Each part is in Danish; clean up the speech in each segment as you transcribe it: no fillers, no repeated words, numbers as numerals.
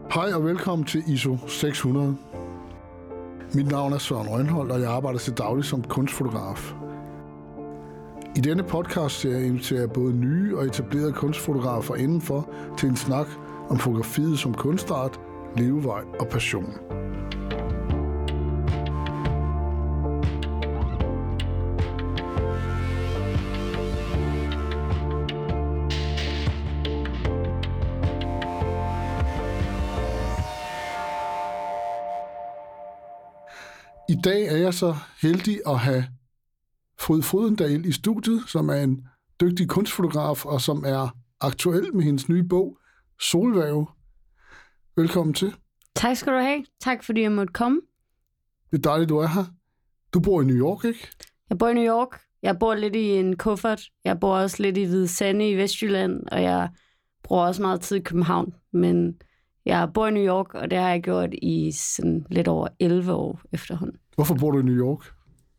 Hej og velkommen til ISO 600. Mit navn er Søren Rønholdt, og jeg arbejder til daglig som kunstfotograf. I denne podcast-serie inviterer jeg både nye og etablerede kunstfotografer indenfor til en snak om fotografiet som kunstart, levevej og passion. I dag er jeg så heldig at have Fryd Frydendal i studiet, som er en dygtig kunstfotograf, og som er aktuel med hendes nye bog, Solværge. Velkommen til. Tak skal du have. Tak fordi jeg måtte komme. Det er dejligt, du er her. Du bor i New York, ikke? Jeg bor i New York. Jeg bor lidt i en kuffert. Jeg bor også lidt i Hvide Sande i Vestjylland, og jeg bruger også meget tid i København. Men jeg bor i New York, og det har jeg gjort i sådan lidt over 11 år efterhånden. Hvorfor bor du i New York?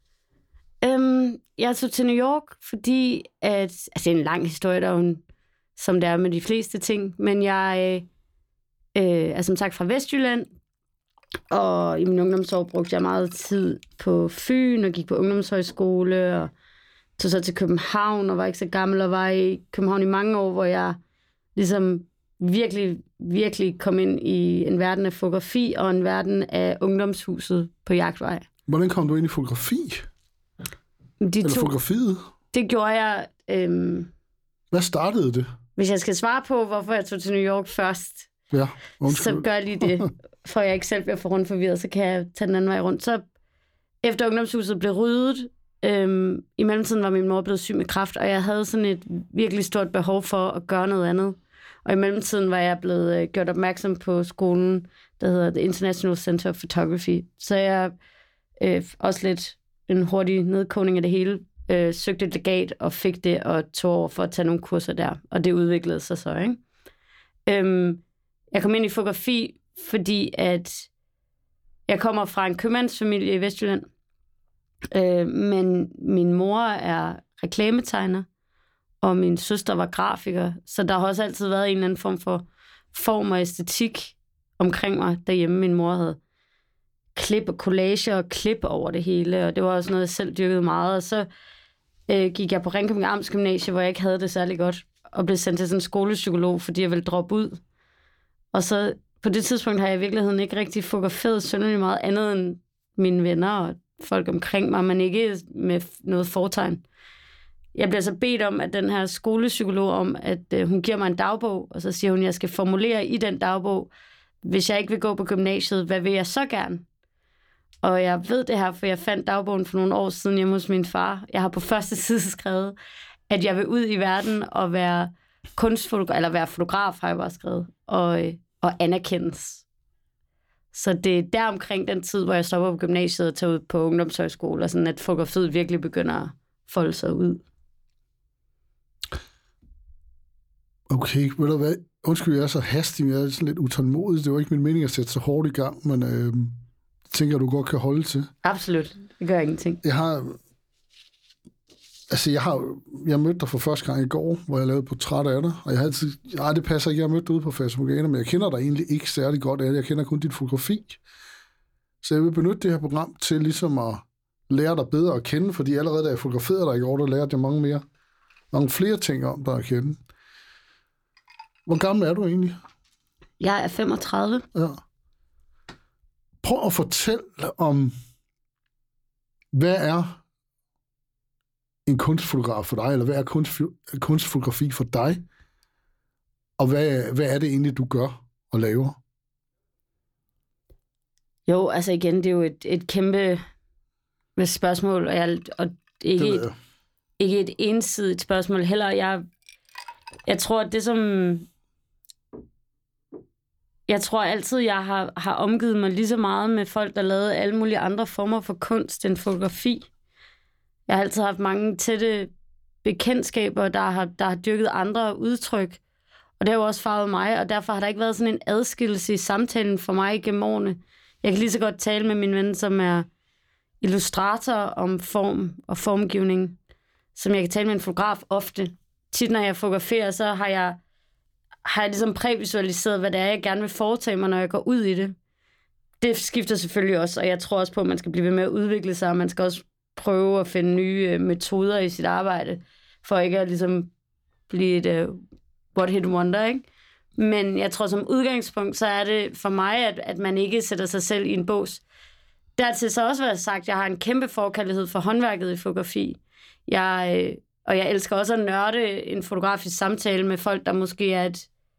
Jeg tog til New York, fordi at, det er en lang historie, der som det er med de fleste ting, men jeg er som sagt fra Vestjylland, og i min ungdomsår brugte jeg meget tid på Fyn og gik på ungdomshøjskole og tog så til København og var ikke så gammel og var i København i mange år, hvor jeg ligesom virkelig kom ind i en verden af fotografi og en verden af ungdomshuset på Jagtvej. Hvordan kom du ind i fotografi? Fotografiet? Det gjorde jeg... Hvad startede det? Hvis jeg skal svare på, hvorfor jeg tog til New York først, så gør jeg lige det, for jeg ikke selv bliver for rundt forvirret, så kan jeg tage den anden vej rundt. Så efter ungdomshuset blev ryddet, i mellemtiden var min mor blevet syg med kræft, og jeg havde sådan et virkelig stort behov for at gøre noget andet. Og i mellemtiden var jeg blevet gjort opmærksom på skolen, der hedder The International Center of Photography. Så jeg også lidt en hurtig nedkogning af det hele, søgte et legat og fik det og tog over for at tage nogle kurser der. Og det udviklede sig så, ikke? Jeg kom ind i fotografi, fordi at jeg kommer fra en købmandsfamilie i Vestjylland, men min mor er reklametegner, og min søster var grafiker, så der har også altid været en eller anden form og æstetik omkring mig derhjemme. Min mor havde collager og klip over det hele, og det var også noget, jeg selv dyrkede meget. Og så gik jeg på Ringkøbing Amtsgymnasium, hvor jeg ikke havde det særlig godt, og blev sendt til sådan en skolepsykolog, fordi jeg ville droppe ud. Og så på det tidspunkt har jeg i virkeligheden ikke rigtig fotograferet synderligt meget andet end mine venner og folk omkring mig, men ikke med noget fortegn. Jeg bliver så bedt om, at den her skolepsykolog om, at hun giver mig en dagbog, og så siger hun, at jeg skal formulere i den dagbog, hvis jeg ikke vil gå på gymnasiet, hvad vil jeg så gerne? Og jeg ved det her, for jeg fandt dagbogen for nogle år siden hjemme hos min far. Jeg har på første side skrevet, at jeg vil ud i verden og være kunstfotograf, eller være fotograf, har jeg bare skrevet, og anerkendes. Så det er der omkring den tid, hvor jeg stopper på gymnasiet og tager ud på ungdomshøjskole, og sådan at fotografiet virkelig begynder at folde sig ud. Okay, ved du hvad? Undskyld, jeg er så hastig, jeg er sådan lidt utålmodig. Det var ikke min mening at sætte så hårdt i gang, men tænker du godt kan holde til. Absolut, det gør ingenting. Jeg mødte dig for første gang i går, hvor jeg lavede portræt af dig, og jeg havde altid, det passer ikke, jeg mødte dig ude på Fatamorgana, men jeg kender dig egentlig ikke særlig godt af det. Jeg kender kun dit fotografi. Så jeg vil benytte det her program til ligesom at lære dig bedre at kende, fordi allerede da jeg fotograferede dig i går, der lærte jeg mange flere ting om dig at kende. Hvor gammel er du egentlig? Jeg er 35. Ja. Prøv at fortælle om, hvad er en kunstfotograf for dig, eller hvad er kunstfotografi for dig, og hvad er det egentlig, du gør og laver? Jo, altså igen, det er jo et kæmpe spørgsmål, og ikke et ensidigt spørgsmål heller. Jeg tror, at det som... Jeg tror altid, jeg har omgivet mig lige så meget med folk, der lavede alle mulige andre former for kunst end fotografi. Jeg har altid haft mange tætte bekendtskaber, der har dyrket andre udtryk. Og det har jo også farvet mig, og derfor har der ikke været sådan en adskillelse i samtalen for mig igennem årene. Jeg kan lige så godt tale med min ven, som er illustrator om form og formgivning, som jeg kan tale med en fotograf ofte. Tit når jeg fotograferer, så har har jeg ligesom prævisualiseret, hvad det er, jeg gerne vil foretage mig, når jeg går ud i det. Det skifter selvfølgelig også, og jeg tror også på, at man skal blive ved med at udvikle sig, og man skal også prøve at finde nye metoder i sit arbejde, for ikke at ligesom blive et one-hit wonder, ikke? Men jeg tror, som udgangspunkt, så er det for mig, at man ikke sætter sig selv i en bås. Dertil så også været sagt, at jeg har en kæmpe forkærlighed for håndværket i fotografi. Og jeg elsker også at nørde en fotografisk samtale med folk, der måske er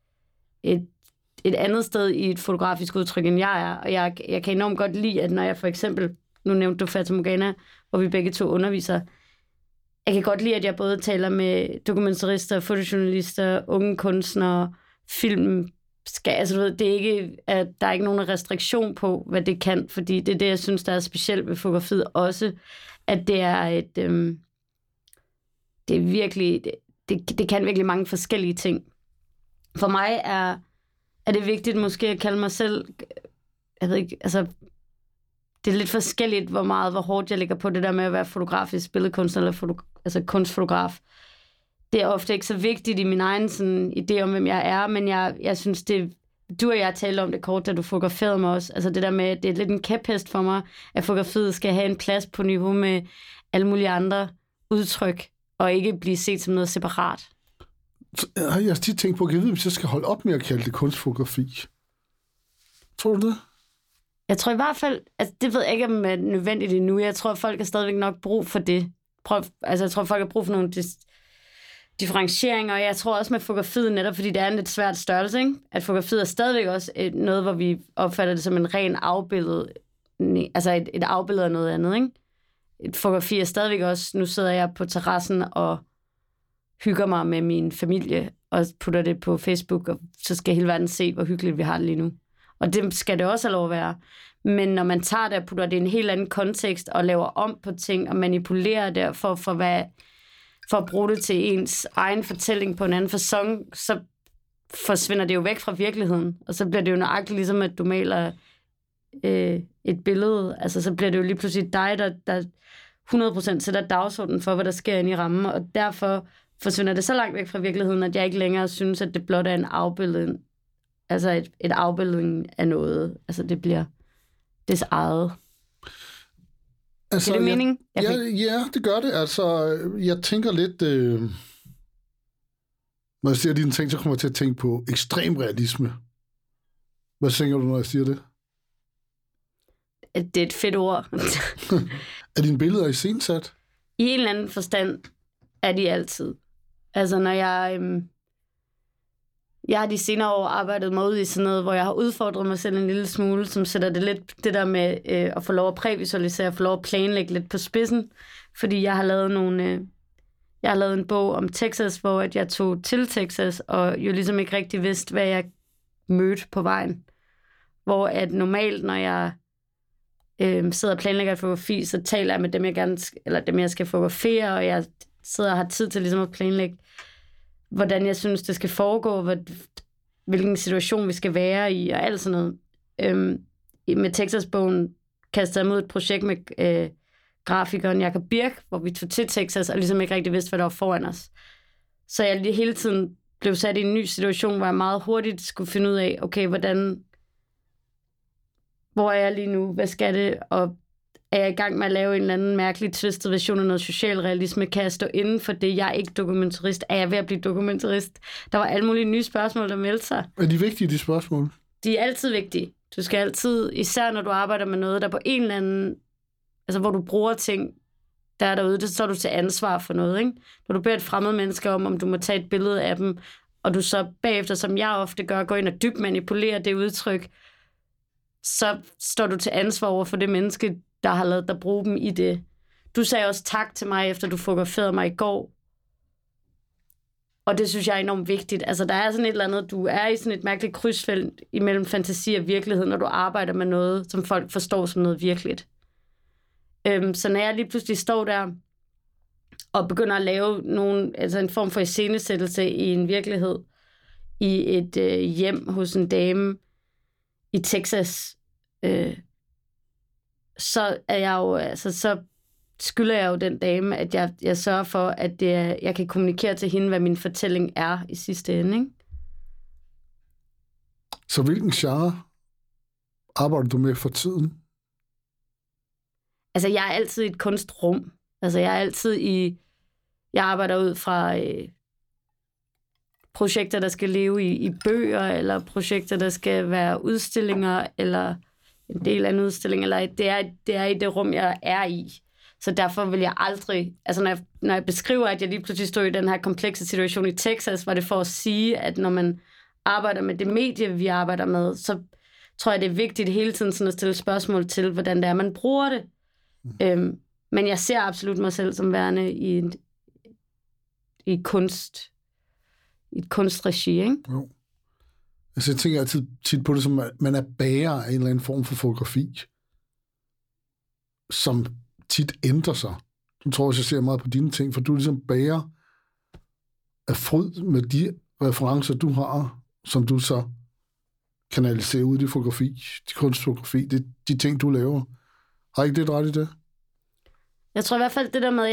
et andet sted i et fotografisk udtryk, end jeg er. Og jeg kan enormt godt lide, at når jeg for eksempel, nu nævnte du Fata Morgana, hvor vi begge to underviser, jeg kan godt lide, at jeg både taler med dokumentarister, fotojournalister, unge kunstnere, film. Det er ikke, at der er ikke nogen restriktion på, hvad det kan, fordi det er det, jeg synes, der er specielt ved fotografiet også, at det er det er virkelig, det kan virkelig mange forskellige ting. For mig er det vigtigt måske at kalde mig selv, jeg ved ikke, altså, det er lidt forskelligt, hvor hårdt jeg ligger på det der med at være fotografisk billedkunstner eller kunstfotograf. Det er ofte ikke så vigtigt i min egen sådan, idé om, hvem jeg er, men jeg synes, du og jeg talte om det kort, da du fotograferede mig også. Altså det der med, det er lidt en kæphest for mig, at fotografiet skal have en plads på niveau med alle mulige andre udtryk, og ikke blive set som noget separat. Jeg har tit tænkt på, at jeg ved, hvis jeg skal holde op med at kalde det kunstfotografi. Tror du det? Jeg tror i hvert fald, altså det ved jeg ikke, om det er nødvendigt endnu. Jeg tror, at folk har stadigvæk nok brug for det. Jeg tror, folk har brug for nogle differentieringer, og jeg tror også med fotografiet, netop fordi det er en lidt svært størrelse, ikke? At fotografiet er stadigvæk også noget, hvor vi opfatter det som en ren afbillede, altså et afbillede af noget andet, ikke? Et fotografi er stadigvæk også, nu sidder jeg på terrassen og hygger mig med min familie, og putter det på Facebook, og så skal hele verden se, hvor hyggeligt vi har det lige nu. Og det skal det også have lov at være. Men når man tager det og putter det i en helt anden kontekst, og laver om på ting, og manipulerer det for at bruge det til ens egen fortælling på en anden facon, så forsvinder det jo væk fra virkeligheden. Og så bliver det jo nøjagtigt ligesom, at du maler et billede. Altså, så bliver det jo lige pludselig dig, der 100% sætter dagsordenen for, hvad der sker inde i rammen. Og derfor forsvinder det så langt væk fra virkeligheden, at jeg ikke længere synes, at det blot er en afbildning. Altså et afbildning af noget. Altså, det bliver dets eget. Altså, er det mening? Ja, det gør det. Altså, jeg tænker lidt... når jeg siger dine ting, så kommer jeg til at tænke på ekstrem realisme. Hvad tænker du, når jeg siger det? Det er et fedt ord. Er dine billeder iscenesat? I en eller anden forstand er de altid. Altså, når jeg har de senere år arbejdet mig ud i sådan noget, hvor jeg har udfordret mig selv en lille smule, som sætter det lidt, det der med at få lov at prævisualisere, få lov at planlægge lidt på spidsen, fordi jeg har lavet en bog om Texas, hvor at jeg tog til Texas, og jo ligesom ikke rigtig vidste, hvad jeg mødte på vejen. Hvor at normalt, når jeg sidder og planlægger et fotografi, så taler jeg med dem, jeg skal fotografere, og jeg sidder og har tid til ligesom at planlægge, hvordan jeg synes, det skal foregå, hvilken situation vi skal være i, og alt sådan noget. Med Texas-bogen kastede jeg mod et projekt med grafikeren Jacob Birk, hvor vi tog til Texas, og ligesom ikke rigtig vidste, hvad der var foran os. Så jeg hele tiden blev sat i en ny situation, hvor jeg meget hurtigt skulle finde ud af, okay, hvor er jeg lige nu? Hvad skal det? Og er jeg i gang med at lave en eller anden mærkelig twistet version af noget socialrealisme? Kan jeg stå inden for det? Jeg er ikke dokumentarist. Er jeg ved at blive dokumentarist? Der var alle mulige nye spørgsmål, der meldte sig. Er de vigtige, de spørgsmål? De er altid vigtige. Du skal altid, især når du arbejder med noget, der på en eller anden... Altså, hvor du bruger ting, der er derude, så er du til ansvar for noget, ikke? Når du beder et fremmed menneske om du må tage et billede af dem, og du så bagefter, som jeg ofte gør, går ind og dybt manipulerer det udtryk, så står du til ansvar over for det menneske, der har lavet dig bruge dem i det. Du sagde også tak til mig, efter du fotograferede mig i går. Og det synes jeg er enormt vigtigt. Altså, der er sådan et eller andet, du er i sådan et mærkeligt krydsfelt imellem fantasi og virkelighed, når du arbejder med noget, som folk forstår som noget virkeligt. Så når jeg lige pludselig står der og begynder at lave en form for iscenesættelse i en virkelighed, i et hjem hos en dame i Texas, så er jeg jo, altså, så skylder jeg jo den dame, at jeg sørger for, at jeg kan kommunikere til hende, hvad min fortælling er i sidste ende, ikke? Så hvilken genre arbejder du med for tiden? Altså, jeg er altid i et kunstrum. Altså, jeg arbejder ud fra projekter, der skal leve i bøger, eller projekter, der skal være udstillinger, eller en del af en udstilling, eller det er i det rum, jeg er i. Så derfor vil jeg aldrig... Altså, når jeg beskriver, at jeg lige pludselig stod i den her komplekse situation i Texas, var det for at sige, at når man arbejder med det medie, vi arbejder med, så tror jeg, det er vigtigt hele tiden sådan at stille spørgsmål til, hvordan det er, man bruger det. Men jeg ser absolut mig selv som værende i et kunstregi, ikke? Jo. Altså, jeg tænker altid tit på det, som at man er bager af en eller anden form for fotografi, som tit ændrer sig. Jeg tror også, jeg ser meget på dine ting, for du er ligesom bager af fryd med de referencer, du har, som du så kanaliserer ud i fotografi, de kunstfotografi, de ting, du laver. Har ikke det ret i det? Jeg tror i hvert fald det der med,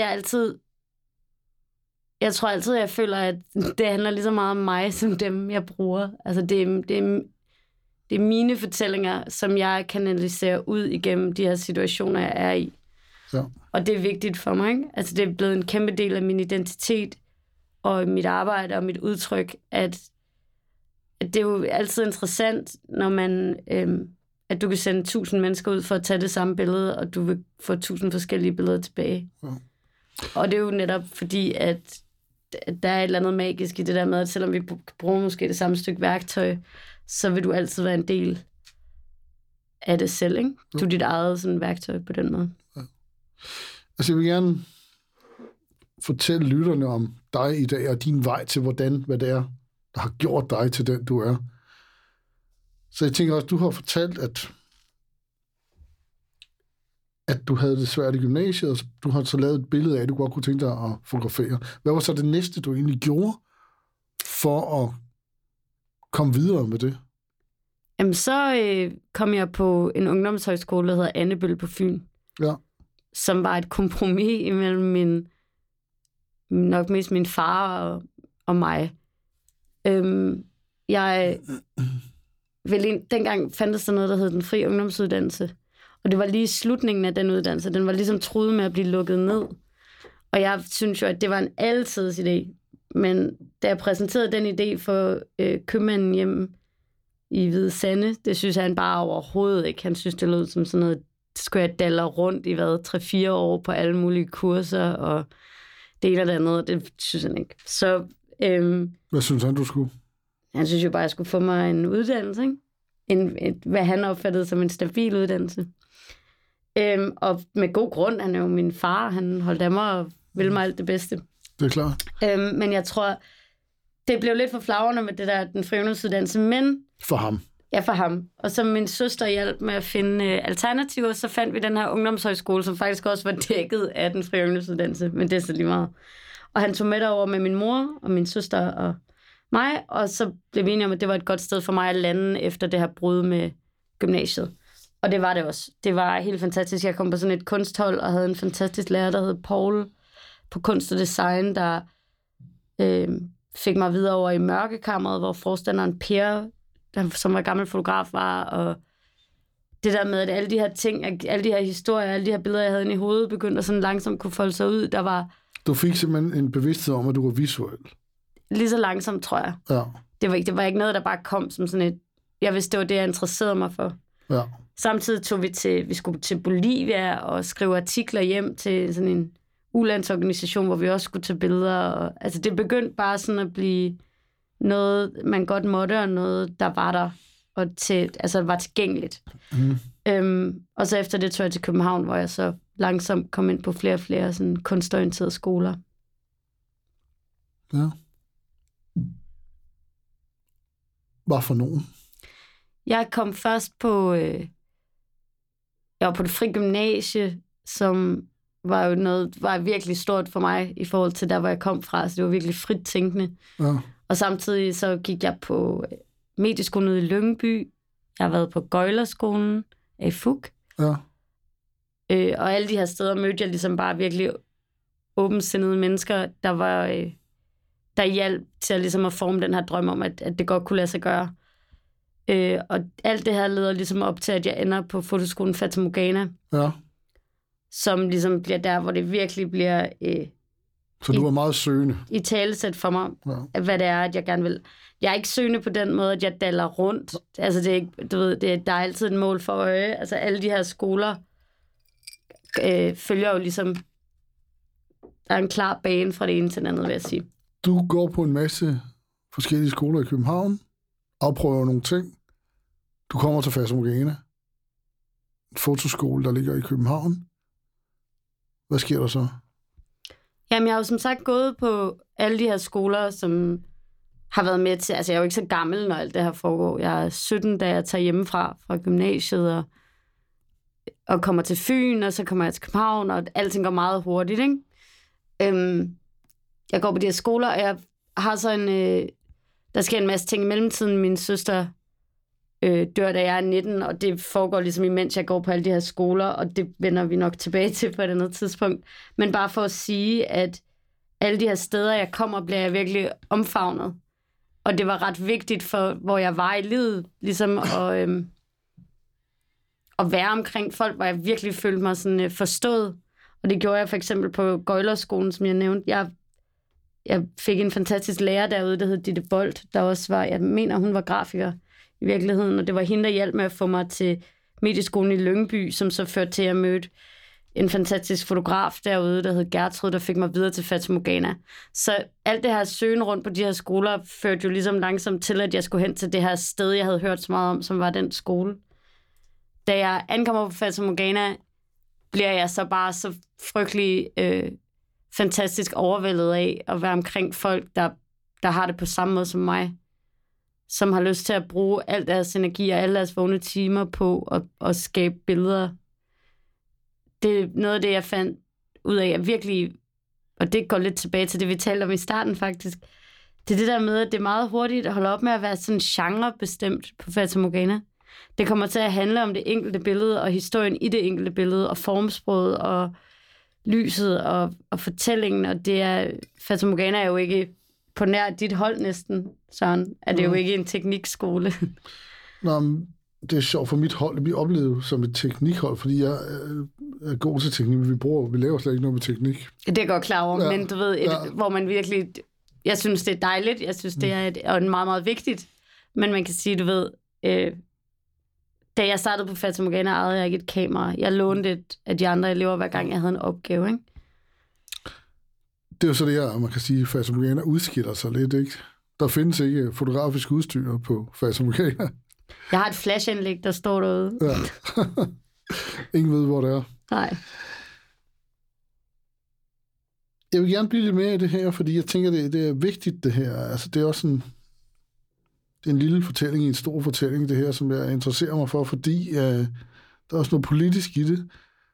jeg føler, at det handler lige så meget om mig, som dem, jeg bruger. Altså, det er mine fortællinger, som jeg kanaliserer ud igennem de her situationer, jeg er i. Ja. Og det er vigtigt for mig, ikke? Altså, det er blevet en kæmpe del af min identitet, og mit arbejde og mit udtryk, at det er jo altid interessant, når man... at du kan sende 1000 mennesker ud for at tage det samme billede, og du vil få 1000 forskellige billeder tilbage. Ja. Og det er jo netop fordi, at der er et eller andet magisk i det der med, at selvom vi bruger måske det samme stykke værktøj, så vil du altid være en del af det selv, ikke? Du er dit eget sådan, værktøj på den måde. Ja. Altså, jeg vil gerne fortælle lytterne om dig i dag, og din vej til, hvad det er, der har gjort dig til den, du er. Så jeg tænker også, du har fortalt, at du havde det svært i gymnasiet, og du har så lavet et billede af, at du godt kunne tænke dig at fotografere. Hvad var så det næste, du egentlig gjorde for at komme videre med det? Jamen, så kom jeg på en ungdomshøjskole, der hedder Annebøl på Fyn. Ja. Som var et kompromis imellem nok mest min far og mig. Dengang fandtes der noget, der hed den fri ungdomsuddannelse. Og det var lige slutningen af den uddannelse. Den var ligesom truet med at blive lukket ned. Og jeg synes jo, at det var en altids idé. Men da jeg præsenterede den idé for købmanden hjemme i Hvide Sande, det synes han bare overhovedet ikke. Han synes, det lød som sådan noget, skulle jeg dalle rundt i 3-4 år på alle mulige kurser, og det ene og det andet, det synes han ikke. Så, hvad synes han, du skulle? Han synes jo bare, at jeg skulle få mig en uddannelse, ikke? Hvad han opfattede som en stabil uddannelse. Og med god grund, han er jo min far, han holdt af mig og ville mig alt det bedste. Det er klart. Men jeg tror, det blev lidt for flagrende med det der, den fri ungdomsuddannelse, men... For ham? Ja, for ham. Og så min søster hjalp med at finde alternativer, så fandt vi den her ungdomshøjskole, som faktisk også var dækket af den fri ungdomsuddannelse, men det er så lige meget. Og han tog med derover med min mor og min søster og mig, og så blev vi enige om, at det var et godt sted for mig at lande efter det her brud med gymnasiet. Og det var det også. Det var helt fantastisk. Jeg kom på sådan et kunsthold og havde en fantastisk lærer, der hed Paul på kunst og design, der fik mig videre over i mørkekammeret, hvor forstanderen Per, som var gammel fotograf, var, og det der med, at alle de her ting, alle de her historier, alle de her billeder, jeg havde inde i hovedet, begyndte at sådan langsomt kunne folde sig ud. Der var... Du fik simpelthen en bevidsthed om, at du var visuel. Lige så langsomt, tror jeg. Ja. Det var ikke noget, der bare kom som sådan et... Jeg vidste, det var det, jeg interesserede mig for. Ja. Samtidig tog vi skulle til Bolivia og skrive artikler hjem til sådan en ulandsorganisation, hvor vi også skulle tage billeder. Og, altså, det begyndte bare sådan at blive noget, man godt måtte, og noget, der var der, og var tilgængeligt. Og så efter det tog jeg til København, hvor jeg så langsomt kom ind på flere og flere sådan kunstorienterede skoler. Ja. Hvad for nogen? Jeg kom først på... jeg var på det fri gymnasie, som var virkelig stort for mig i forhold til der, hvor jeg kom fra. Så det var virkelig frit tænkende. Ja. Og samtidig så gik jeg på medieskolen ude i Lyngby. Jeg har været på Gøjlerskolen af FUG. Ja. Og alle de her steder mødte jeg ligesom bare virkelig åbensindede mennesker, der hjalp til at, ligesom at forme den her drøm om, at det godt kunne lade sig gøre. Og alt det her leder ligesom op til, at jeg ender på fotoskolen Fata Morgana, Ja. som ligesom bliver der, hvor det virkelig bliver Så du er meget søgende. i talesæt for mig, hvad det er, at jeg gerne vil. Jeg er ikke søgende på den måde, at jeg daller rundt. Altså, det er ikke, du ved, der er altid et mål for øje. Altså, alle de her skoler følger jo ligesom, der er en klar bane fra det ene til det andet, vil jeg sige. Du går på en masse forskellige skoler i København, afprøver nogle ting. Du kommer til Fata Morgana, en fotoskole, der ligger i København. Hvad sker der så? Jamen, jeg har jo som sagt gået på alle de her skoler, som har været med til... Altså, jeg er jo ikke så gammel, når alt det her foregår. Jeg er 17, da jeg tager hjemmefra fra gymnasiet, og kommer til Fyn, og så kommer jeg til København, og alting går meget hurtigt, ikke? Jeg går på de her skoler, og jeg har så en... der sker en masse ting i mellemtiden. Min søster dør, da jeg er 19, og det foregår ligesom imens jeg går på alle de her skoler, og det vender vi nok tilbage til på et andet tidspunkt. Men bare for at sige, at alle de her steder, jeg kommer, bliver jeg virkelig omfavnet. Og det var ret vigtigt for, hvor jeg var i livet, ligesom at være omkring folk, hvor jeg virkelig følte mig sådan forstået. Og det gjorde jeg for eksempel på Gøjlerskolen, som jeg nævnte. Jeg fik en fantastisk lærer derude, der hed Ditte Bolt, der også var, jeg mener, hun var grafiker i virkeligheden, og det var hende, der hjalp med at få mig til medieskolen i Lyngby, som så førte til, at jeg mødte en fantastisk fotograf derude, der hed Gertrud, der fik mig videre til Fata Morgana. Så alt det her søgen rundt på de her skoler, førte jo ligesom langsomt til, at jeg skulle hen til det her sted, jeg havde hørt så meget om, som var den skole. Da jeg ankommer på Fata Morgana, bliver jeg så bare så frygtelig fantastisk overvældet af at være omkring folk, der har det på samme måde som mig, som har lyst til at bruge al deres energi og alle deres vågne timer på at skabe billeder. Det er noget af det, jeg fandt ud af, at virkelig, og det går lidt tilbage til det, vi talte om i starten faktisk, det er det der med, at det er meget hurtigt at holde op med at være sådan genrebestemt på Fata Morgana. Det kommer til at handle om det enkelte billede, og historien i det enkelte billede, og formsproget, og lyset, og fortællingen, og det er, Fata Morgana er jo ikke på nær dit hold næsten, Søren, er det jo ikke en teknikskole. Nå, det er sjovt for mit hold, det bliver oplevet som et teknikhold, fordi jeg er god til teknik, men vi laver slet ikke noget med teknik. Det er godt klar over, men du ved, hvor man virkelig, jeg synes, det er dejligt, jeg synes, det er meget, meget vigtigt, men man kan sige, du ved, da jeg startede på Fata Morgana, ejede jeg ikke et kamera. Jeg lånte et af de andre elever, hver gang jeg havde en opgave, ikke? Det er jo så det, man kan sige, at Fata Morgana udskiller sig lidt, ikke? Der findes ikke fotografisk udstyr på Fata Morgana. Jeg har et flashanlæg, der står derude. Ja. Ingen ved, hvor det er. Nej. Jeg vil gerne blive lidt mere i det her, fordi jeg tænker, det er vigtigt, det her. Altså, det er også det er en lille fortælling i en stor fortælling, det her, som jeg interesserer mig for, fordi der er også noget politisk i det.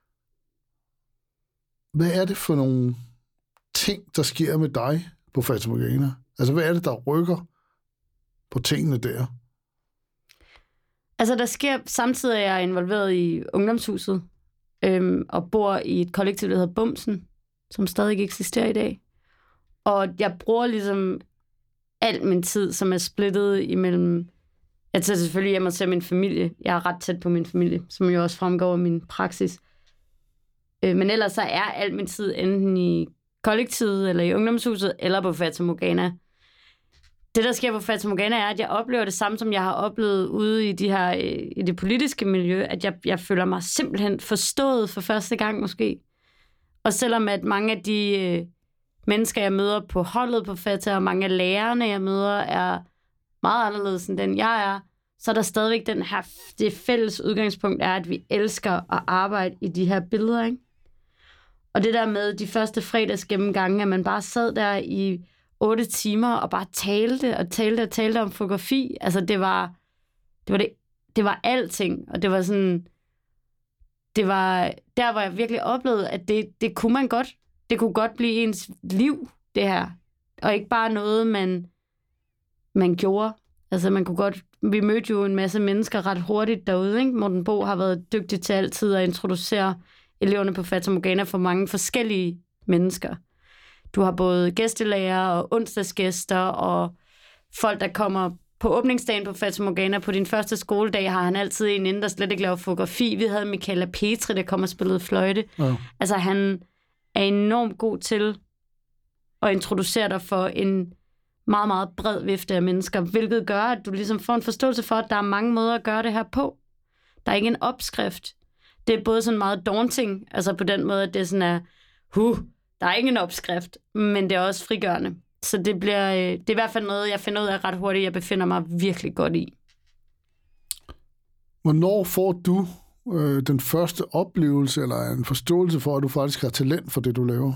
Hvad er det for nogle ting, der sker med dig på Fata Morgana? Altså, hvad er det, der rykker på tingene der? Altså, der sker samtidig, at jeg er involveret i ungdomshuset, og bor i et kollektiv, der hedder Bumsen, som stadig ikke eksisterer i dag. Og jeg bruger ligesom al min tid, som er splittet imellem... Jeg tager selvfølgelig hjem og ser min familie. Jeg er ret tæt på min familie, som jo også fremgår af min praksis. Men ellers så er al min tid enten i kollektivet, eller i ungdomshuset, eller på Fata Morgana. Det, der sker på Fata Morgana, er, at jeg oplever det samme, som jeg har oplevet ude i det politiske miljø, at jeg føler mig simpelthen forstået for første gang måske. Og selvom at mange af de mennesker, jeg møder på holdet på Fata, og mange af lærerne, jeg møder, er meget anderledes end den, jeg er, så er der stadigvæk det fælles udgangspunkt er, at vi elsker at arbejde i de her billeder, ikke? Og det der med de første fredagsgennemgange, at man bare sad der i 8 timer og bare talte om fotografi. Altså det var alting, og det var sådan, det var der, hvor jeg virkelig oplevede, at det kunne man godt. Det kunne godt blive ens liv, det her. Og ikke bare noget, man gjorde. Altså man kunne godt, vi mødte jo en masse mennesker ret hurtigt derude, ikke? Morten Bo har været dygtig til altid at introducere eleverne på Fata Morgana for mange forskellige mennesker. Du har både gæstelærer og onsdagsgæster og folk, der kommer på åbningsdagen på Fata Morgana, på din første skoledag, har han altid en inden, der slet ikke laver fotografi. Vi havde Michaela Petri, der kom og spillede fløjte. Ja. Altså, han er enormt god til at introducere dig for en meget, meget bred vifte af mennesker, hvilket gør, at du ligesom får en forståelse for, at der er mange måder at gøre det her på. Der er ikke en opskrift. Det er både sådan meget daunting, altså på den måde, at det sådan er, der er ikke en opskrift, men det er også frigørende. Så det er i hvert fald noget, jeg finder ud af ret hurtigt, jeg befinder mig virkelig godt i. Hvornår får du den første oplevelse, eller en forståelse for, at du faktisk har talent for det, du laver?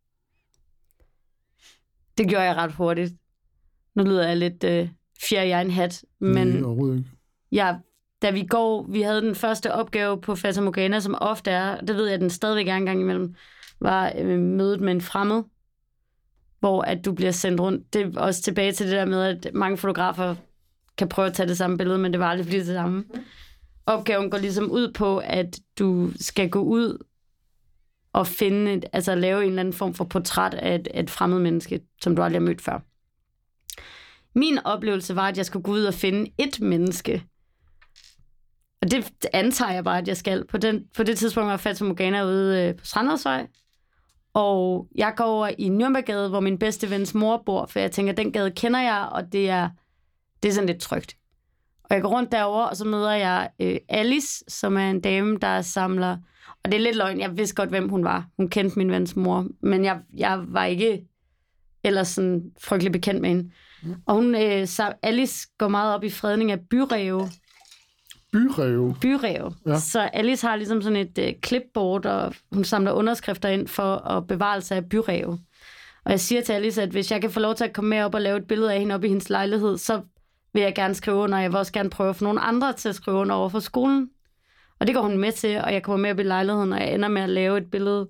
Det gjorde jeg ret hurtigt. Nu lyder jeg lidt fjer i en hat, men nej, overhovedet ikke. Da vi havde den første opgave på Fata Morgana, som ofte er, det ved jeg, den stadigvæk er en gang imellem, var mødet med en fremmed, hvor at du bliver sendt rundt. Det er også tilbage til det der med, at mange fotografer kan prøve at tage det samme billede, men det var aldrig blive det samme. Opgaven går ligesom ud på, at du skal gå ud og lave en eller anden form for portræt af et fremmed menneske, som du aldrig har mødt før. Min oplevelse var, at jeg skulle gå ud og finde et menneske. Og det antager jeg bare, at jeg skal. På det tidspunkt var Fata Morgana ude på Strandhedsvej. Og jeg går over i Nürnberggade, hvor min bedste vens mor bor, for jeg tænker, den gade kender jeg, og det er sådan lidt trygt. Og jeg går rundt derover, og så møder jeg Alice, som er en dame, der samler. Og det er lidt løgn, jeg vidste godt, hvem hun var. Hun kendte min vens mor, men jeg var ikke ellers sådan frygtelig bekendt med hende. Og Alice går meget op i fredning af byræve. Byræve. Ja. Så Alice har ligesom sådan et clipboard, og hun samler underskrifter ind for at bevare sig af byræve. Og jeg siger til Alice, at hvis jeg kan få lov til at komme med op og lave et billede af hende op i hendes lejlighed, så vil jeg gerne skrive under, og jeg vil også gerne prøve at få nogle andre til at skrive under over for skolen. Og det går hun med til, og jeg kommer med op i lejligheden, og jeg ender med at lave et billede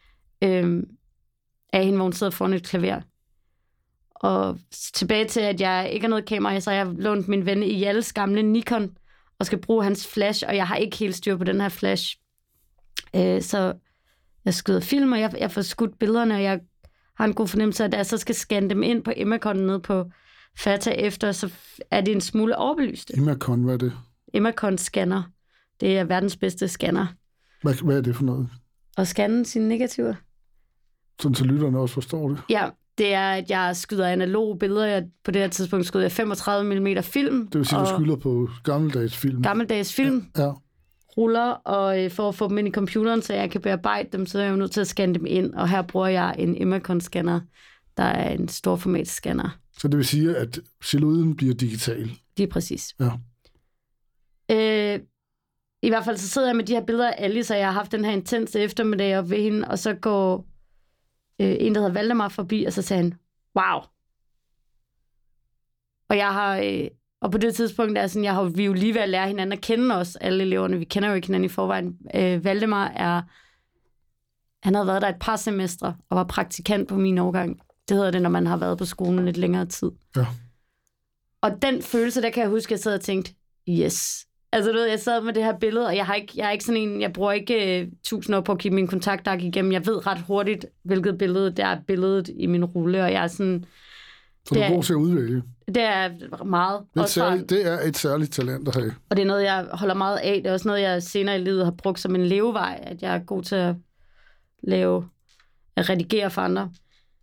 af hende, hvor hun sidder foran et klaver. Og tilbage til, at jeg ikke har noget kamera, så jeg har lånt min ven i Jalles gamle Nikon, og skal bruge hans flash, og jeg har ikke helt styr på den her flash. Så jeg skyder film, og jeg får skudt billederne, og jeg har en god fornemmelse af, at jeg så skal scanne dem ind på Imacon nede på Fata efter, så er det en smule overbelyst. Imacon, hvad er det? Imacon scanner. Det er verdens bedste scanner. Hvad er det for noget? At scanne sine negativer. Sådan så lytterne også forstår det? Ja, det er, at jeg skyder analoge billeder. På det her tidspunkt skyder jeg 35 mm film. Det vil sige, at du skyder på gammeldags film? Gammeldags film. Ja. Ruller, og for at få dem ind i computeren, så jeg kan bearbejde dem, så er jeg jo nødt til at scanne dem ind. Og her bruger jeg en Imacon-scanner, der er en storformat-scanner. Så det vil sige, at silhuetten bliver digital? Det er præcis. Ja. I hvert fald så sidder jeg med de her billeder af Alice, og jeg har haft den her intense eftermiddag op ved hende, og så går en, der hedder Valdemar, forbi, og så sagde han, wow. Og jeg har, og på det tidspunkt er sådan, vi er jo lige ved at lære hinanden at kende os, alle eleverne. Vi kender jo ikke hinanden i forvejen. Valdemar han havde været der et par semestre, og var praktikant på min årgang. Det hedder det, når man har været på skolen lidt længere tid. Ja. Og den følelse, der kan jeg huske, at jeg sad og tænkte, yes. Altså, du ved, jeg sad med det her billede, og jeg er ikke sådan en, jeg bruger ikke 1000 år på at kigge min kontaktark igennem. Jeg ved ret hurtigt, hvilket billede det er billedet i min rulle, og jeg er sådan... Så du er god til at udvælge? Det er meget. Det er et særligt talent at have. Og det er noget, jeg holder meget af. Det er også noget, jeg senere i livet har brugt som en levevej, at jeg er god til at redigere for andre.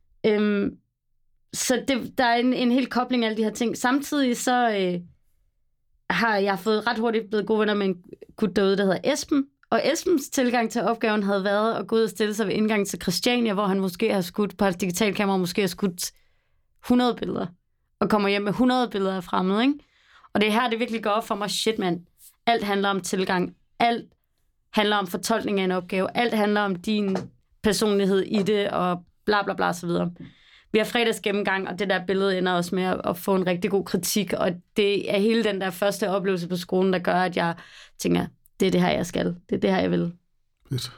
Så der er en hel kobling af alle de her ting. Samtidig så har jeg fået ret hurtigt blevet gode venner med en gut derude, der hedder Esben. Og Esbens tilgang til opgaven havde været at gå ud og stille sig ved indgangen til Christiania, hvor han måske har skudt på hans digitalkamera, måske har skudt 100 billeder. Og kommer hjem med 100 billeder af fremmede, ikke? Og det er her, det virkelig går op for mig. Shit, mand. Alt handler om tilgang. Alt handler om fortolkning af en opgave. Alt handler om din personlighed i det, og bla bla bla, så videre. Vi har fredagsgennemgang, og det der billede ender også med at få en rigtig god kritik, og det er hele den der første oplevelse på skolen, der gør, at jeg tænker, det er det her, jeg skal. Det er det her, jeg vil. Fedt.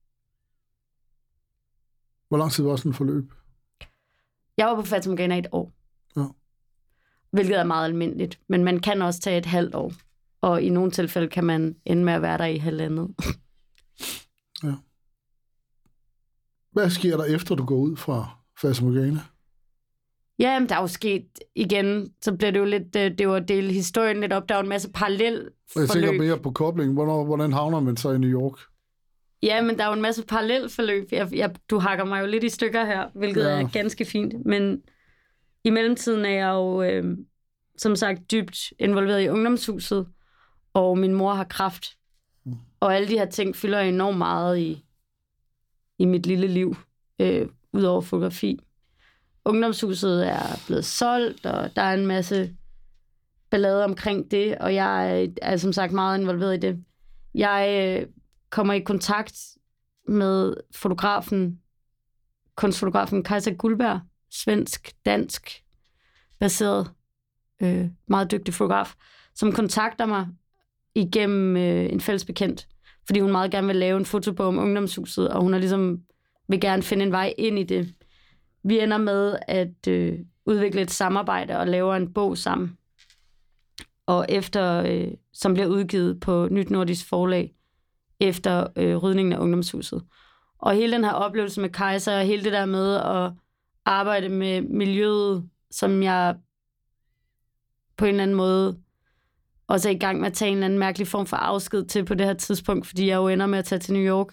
Hvor lang tid var sådan et forløb? Jeg var på Fata Morgana 1 år. Ja. Hvilket er meget almindeligt, men man kan også tage et halvt år, og i nogle tilfælde kan man ende med at være der i halvandet. Ja. Hvad sker der efter, du går ud fra Fata Morgana? Ja, men der er jo sket igen, så bliver det jo lidt, det var at dele historien lidt op. Der er jo en masse parallelforløb. Jeg tænker mere på koblingen. Hvordan havner man så i New York? Ja, men der er jo en masse parallelforløb. Du hakker mig jo lidt i stykker her, hvilket er ganske fint. Men i mellemtiden er jeg jo, som sagt, dybt involveret i ungdomshuset, og min mor har kræft. Og alle de her ting fylder enormt meget i mit lille liv, ud over fotografi. Ungdomshuset er blevet solgt, og der er en masse ballade omkring det, og jeg er som sagt meget involveret i det. Jeg kommer i kontakt med kunstfotografen Kajsa Guldberg, svensk-dansk baseret, meget dygtig fotograf, som kontakter mig igennem en fælles bekendt, fordi hun meget gerne vil lave en fotobog om ungdomshuset, og hun vil gerne finde en vej ind i det. Vi ender med at udvikle et samarbejde og laver en bog sammen, og som bliver udgivet på Nyt Nordisk Forlag efter rydningen af ungdomshuset. Og hele den her oplevelse med Kajsa, og hele det der med at arbejde med miljøet, som jeg på en eller anden måde også er i gang med at tage en eller anden mærkelig form for afsked til på det her tidspunkt, fordi jeg jo ender med at tage til New York,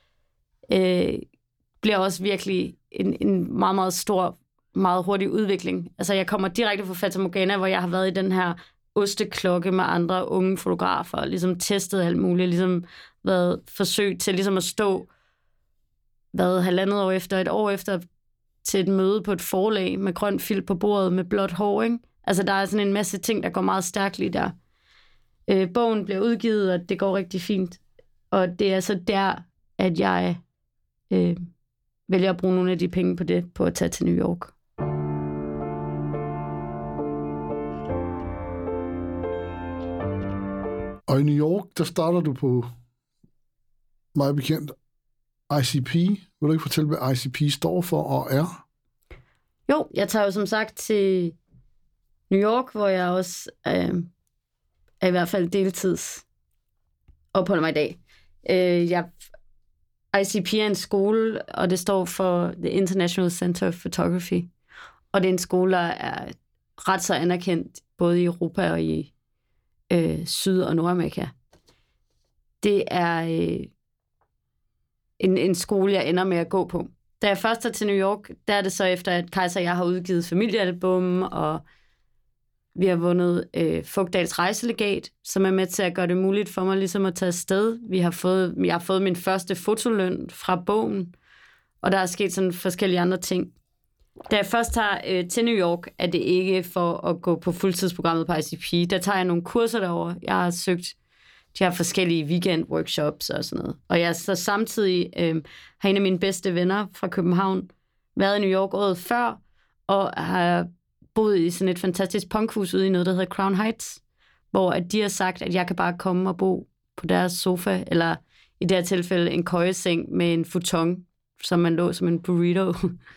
bliver også virkelig en meget, meget stor, meget hurtig udvikling. Altså, jeg kommer direkte fra Fata Morgana, hvor jeg har været i den her osteklokke med andre unge fotografer, og ligesom testet alt muligt, ligesom været forsøgt til ligesom at stå, halvandet år efter, et år efter, til et møde på et forlag med grøn filt på bordet med blåt hår, ikke? Altså, der er sådan en masse ting, der går meget stærkt lige der. Bogen bliver udgivet, og det går rigtig fint. Og det er så der, at jeg vælger at bruge nogle af de penge på at tage til New York. Og i New York, der starter du på meget bekendt ICP. Vil du ikke fortælle, hvad ICP står for og er? Jo, jeg tager jo som sagt til New York, hvor jeg også er i hvert fald deltids opholder mig i dag. ICP er en skole, og det står for The International Center of Photography. Og det er en skole, der er ret så anerkendt, både i Europa og i Syd- og Nordamerika. Det er en skole, jeg ender med at gå på. Da jeg først er til New York, der er det så efter, at Kajsa og jeg har udgivet familiealbum, og vi har vundet Fugdals rejselegat, som er med til at gøre det muligt for mig ligesom at tage afsted. Jeg har fået min første fotoløn fra bogen, og der er sket sådan forskellige andre ting. Da jeg først tager til New York, er det ikke for at gå på fuldtidsprogrammet på ICP. Der tager jeg nogle kurser derovre. Jeg har søgt de her forskellige weekend-workshops og sådan noget. Og jeg så samtidig har en af mine bedste venner fra København været i New York året før, og har boet i sådan et fantastisk punkhus ude i noget, der hedder Crown Heights, hvor at de har sagt, at jeg kan bare komme og bo på deres sofa, eller i det her tilfælde en køjeseng med en futon, som man lå som en burrito.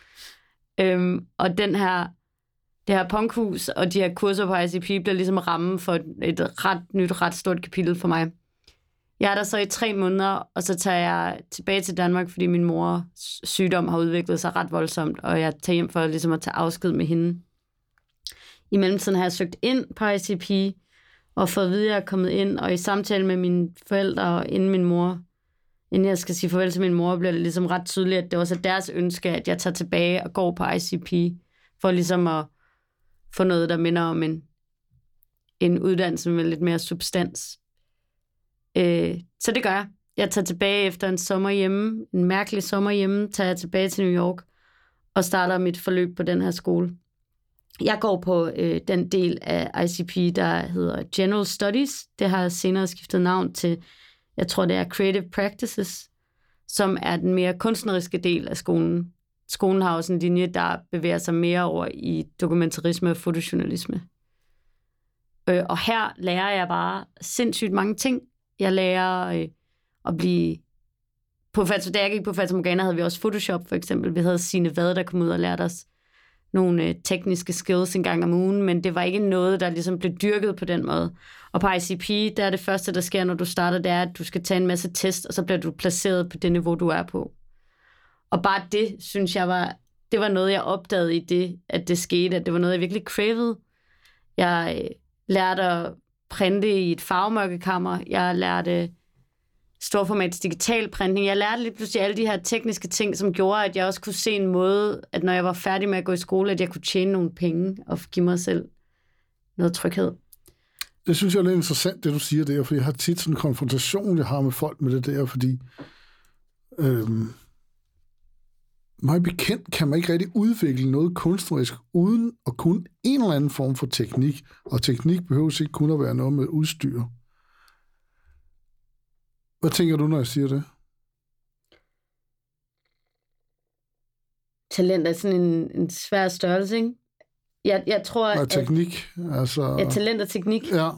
Og det her punkhus og de her kurser på ICP bliver ligesom rammen for et ret stort kapitel for mig. Jeg er der så i 3 måneder, og så tager jeg tilbage til Danmark, fordi min mors sygdom har udviklet sig ret voldsomt, og jeg tager hjem for ligesom at tage afsked med hende. I mellemtiden har jeg søgt ind på ICP, og fået at vide, at jeg er kommet ind, og i samtale med mine forældre, inden jeg skal sige farvel til min mor, bliver det ligesom ret tydeligt, at det også er deres ønske, at jeg tager tilbage og går på ICP, for ligesom at få noget, der minder om en uddannelse med lidt mere substans. Så det gør jeg. Jeg tager tilbage efter en sommer hjemme, en mærkelig sommer hjemme, tager jeg tilbage til New York, og starter mit forløb på den her skole. Jeg går på den del af ICP, der hedder General Studies. Det har senere skiftet navn til, jeg tror det er Creative Practices, som er den mere kunstneriske del af skolen. Skolen har også en linje, der bevæger sig mere over i dokumentarisme og fotojournalisme. Og her lærer jeg bare sindssygt mange ting. Jeg lærer at blive... Da jeg gik på Fata Morgana, havde vi også Photoshop, for eksempel. Vi havde Signe Vade, der kom ud og lærte os nogle tekniske skills en gang om ugen, men det var ikke noget, der ligesom blev dyrket på den måde. Og på ICP, der er det første, der sker, når du starter, det er, at du skal tage en masse test, og så bliver du placeret på det niveau, du er på. Og bare det, synes jeg var det var noget, jeg opdagede i det, at det skete, at det var noget, jeg virkelig cravede. Jeg lærte at printe i et farvemørkekammer. Jeg lærte storformats digital printning. Jeg lærte lige pludselig alle de her tekniske ting, som gjorde, at jeg også kunne se en måde, at når jeg var færdig med at gå i skole, at jeg kunne tjene nogle penge og give mig selv noget tryghed. Det synes jeg er lidt interessant, det du siger der, for jeg har tit sådan en konfrontation, jeg har med folk med det der, fordi meget bekendt kan man ikke rigtig udvikle noget kunstnerisk, uden at kunne en eller anden form for teknik, og teknik behøver ikke kun at være noget med udstyr. Hvad tænker du, når jeg siger det? Talent er sådan en svær størrelse, ikke? Jeg tror, og teknik, altså... talent og teknik. Ja.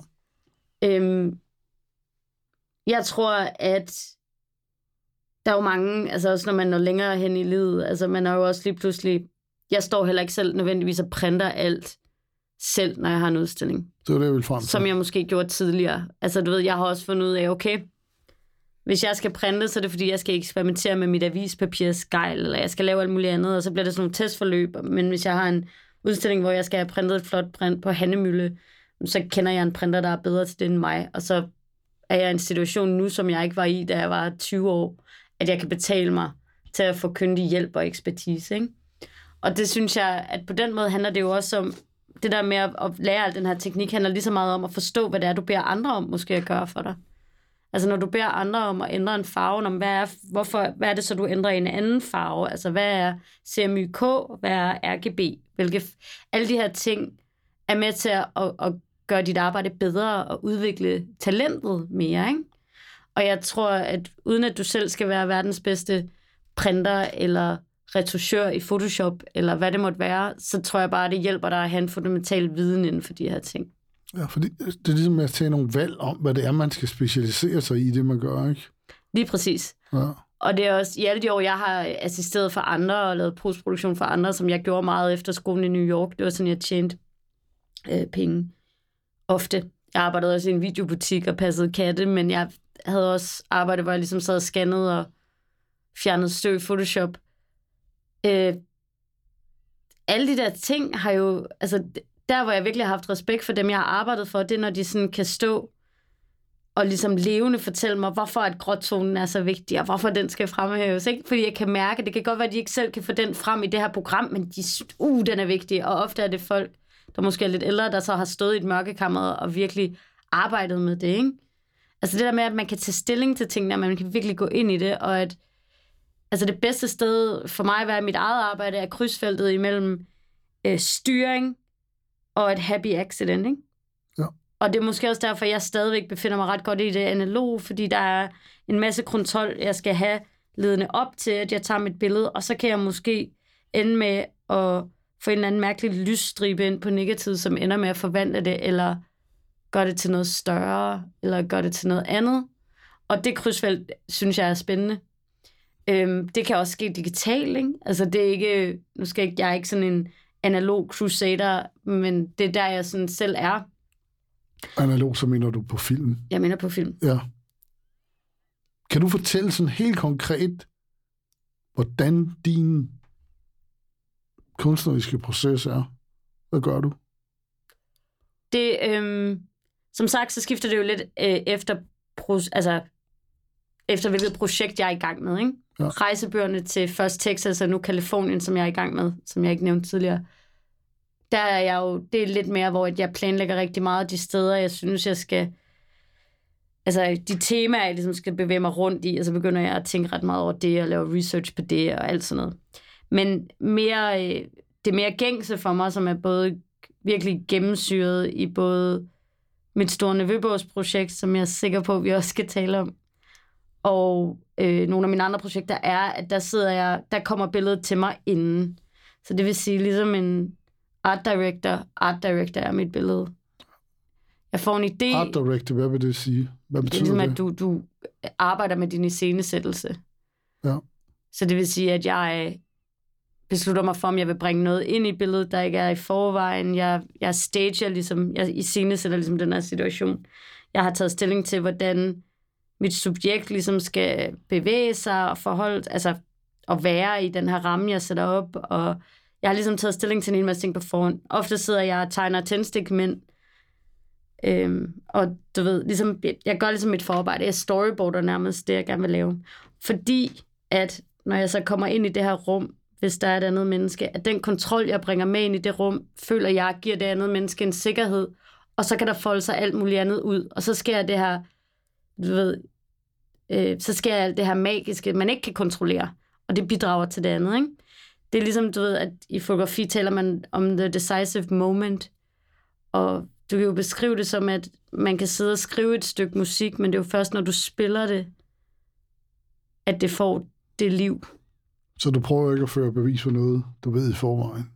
Jeg tror, at der er jo mange, altså også når man når længere hen i livet, altså man er jo også lige pludselig... Jeg står heller ikke selv nødvendigvis og printer alt selv, når jeg har en udstilling. Det var det, jeg ville frem til. Som jeg måske gjorde tidligere. Altså du ved, jeg har også fundet ud af, okay, hvis jeg skal printe, så er det fordi, jeg skal eksperimentere med mit avispapirsgejl, eller jeg skal lave alt muligt andet, og så bliver det sådan nogle testforløb. Men hvis jeg har en udstilling, hvor jeg skal have printet et flot print på Hannemølle, så kender jeg en printer, der er bedre til det end mig. Og så er jeg i en situation nu, som jeg ikke var i, da jeg var 20 år, at jeg kan betale mig til at få kyndig hjælp og ekspertise. Ikke? Og det synes jeg, at på den måde handler det jo også om, det der med at lære al den her teknik, handler lige så meget om at forstå, hvad det er, du beder andre om måske at gøre for dig. Altså når du beder andre om at ændre en farve, om hvad er det så, du ændrer i en anden farve? Altså hvad er CMYK, hvad er RGB? Alle de her ting er med til at gøre dit arbejde bedre og udvikle talentet mere, ikke? Og jeg tror, at uden at du selv skal være verdens bedste printer eller retouchør i Photoshop, eller hvad det måtte være, så tror jeg bare, at det hjælper dig at have en fundamental viden inden for de her ting. Ja, fordi det er ligesom at tage nogle valg om, hvad det er, man skal specialisere sig i, det man gør, ikke? Lige præcis. Ja. Og det er også, i alle de år, jeg har assisteret for andre og lavet postproduktion for andre, som jeg gjorde meget efter skolen i New York. Det var sådan, jeg tjente penge ofte. Jeg arbejdede også i en videobutik og passede katte, men jeg havde også arbejdet, hvor jeg ligesom sad og scannede og fjernede støv i Photoshop. Alle de der ting har jo, altså der, hvor jeg virkelig har haft respekt for dem, jeg har arbejdet for, det er, når de sådan kan stå og ligesom levende fortælle mig, hvorfor at gråtonen er så vigtig, og hvorfor den skal fremhæves. Ikke? Fordi jeg kan mærke, det kan godt være, at de ikke selv kan få den frem i det her program, men den er vigtig. Og ofte er det folk, der måske er lidt ældre, der så har stået i et mørkekammer og virkelig arbejdet med det. Ikke? Altså det der med, at man kan tage stilling til tingene, og man kan virkelig gå ind i det, og at altså det bedste sted for mig at være i mit eget arbejde er krydsfeltet imellem styring og et happy accident, ikke? Ja. Og det er måske også derfor, jeg stadigvæk befinder mig ret godt i det analog, fordi der er en masse kontrol, jeg skal have ledende op til, at jeg tager mit billede, og så kan jeg måske ende med at få en eller anden mærkelig lysstribe ind på negativt, som ender med at forvandle det, eller gøre det til noget større, eller gøre det til noget andet. Og det krydsfelt, synes jeg er spændende. Det kan også ske digitalt, ikke? Altså det er ikke, jeg er ikke sådan en analog crusader, men det er der, jeg sådan selv er. Analog, så mener du på film? Jeg mener på film. Ja. Kan du fortælle sådan helt konkret, hvordan din kunstneriske proces er? Hvad gør du? Det, som sagt, så skifter det jo lidt efter hvilket projekt jeg er i gang med, ikke? Ja. Rejsebøgerne til først Texas og nu Californien, som jeg er i gang med, som jeg ikke nævnte tidligere. Der er jeg jo, det er lidt mere, hvor jeg planlægger rigtig meget de steder, jeg synes, jeg skal, altså de temaer, jeg ligesom skal bevæge mig rundt i, og så begynder jeg at tænke ret meget over det, og lave research på det, og alt sådan noget. Men det er mere gængse for mig, som er både virkelig gennemsyret i både mit store nevøbogsprojekt, som jeg er sikker på, at vi også skal tale om, og nogle af mine andre projekter er, at der kommer billedet til mig inden. Så det vil sige, ligesom en art director er mit billede. Jeg får en idé. Art director, hvad vil det sige? Hvad betyder det? Det? Ligesom, at du arbejder med din iscenesættelse. Ja. Så det vil sige, at jeg beslutter mig for, om jeg vil bringe noget ind i billedet, der ikke er i forvejen. Jeg stager ligesom, jeg iscenesætter ligesom den her situation. Jeg har taget stilling til, hvordan mit subjekt ligesom skal bevæge sig og at være i den her ramme, jeg sætter op, og jeg har ligesom taget stilling til en hel masse ting på forhånd. Ofte sidder jeg og tegner tændstikmænd, og du ved, ligesom, jeg gør ligesom mit forarbejde. Jeg storyboarder nærmest det, jeg gerne vil lave. Fordi at når jeg så kommer ind i det her rum, hvis der er et andet menneske, at den kontrol, jeg bringer med ind i det rum, føler jeg giver det andet menneske en sikkerhed, og så kan der folde sig alt muligt andet ud. Og så sker det her, du ved, så sker alt det her magiske, man ikke kan kontrollere, og det bidrager til det andet, ikke? Det er ligesom, du ved, at i fotografi taler man om the decisive moment, og du kan jo beskrive det som, at man kan sidde og skrive et stykke musik, men det er jo først, når du spiller det, at det får det liv. Så du prøver ikke at føre bevis for noget, du ved i forvejen?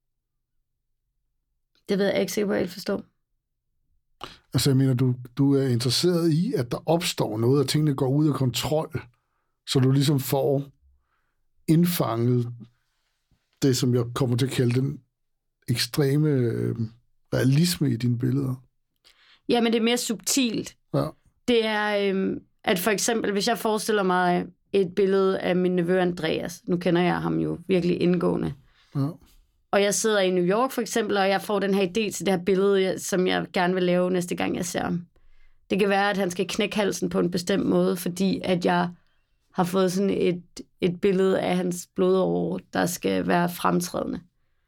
Det ved jeg ikke sikkert, hvad jeg forstår. Altså, jeg mener, du er interesseret i, at der opstår noget, at tingene går ud af kontrol, så du ligesom får indfanget det, som jeg kommer til at kalde den ekstreme realisme i dine billeder. Ja, men det er mere subtilt. Ja. Det er, at for eksempel, hvis jeg forestiller mig et billede af min nevø Andreas, nu kender jeg ham jo virkelig indgående, og jeg sidder i New York for eksempel, og jeg får den her idé til det her billede, som jeg gerne vil lave næste gang, jeg ser ham. Det kan være, at han skal knække halsen på en bestemt måde, fordi at jeg har fået sådan et billede af hans blodåre, der skal være fremtrædende.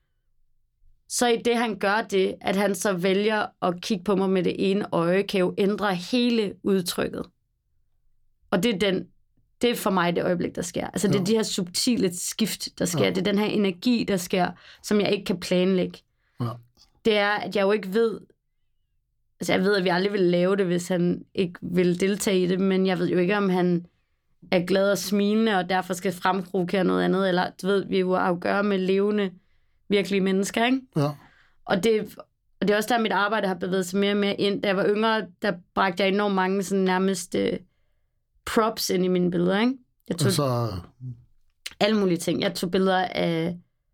Så i det, han gør det, at han så vælger at kigge på mig med det ene øje, kan jo ændre hele udtrykket. Og det er for mig det øjeblik, der sker. Altså, det er de her subtile skift, der sker. Det er den her energi, der sker, som jeg ikke kan planlægge. Ja. Det er, at jeg jo ikke ved... Altså, jeg ved, at vi aldrig ville lave det, hvis han ikke ville deltage i det, men jeg ved jo ikke, om han er glad og smilende, og derfor skal fremprovokere noget andet, eller du ved, vi jo har at gøre med levende, virkelige mennesker, ikke? Ja. Og det er også der, mit arbejde har bevæget sig mere og mere ind. Da jeg var yngre, der bragte jeg enormt mange sådan nærmest props ind i mine billeder, ikke? Jeg tog alle mulige ting. Jeg tog billeder af...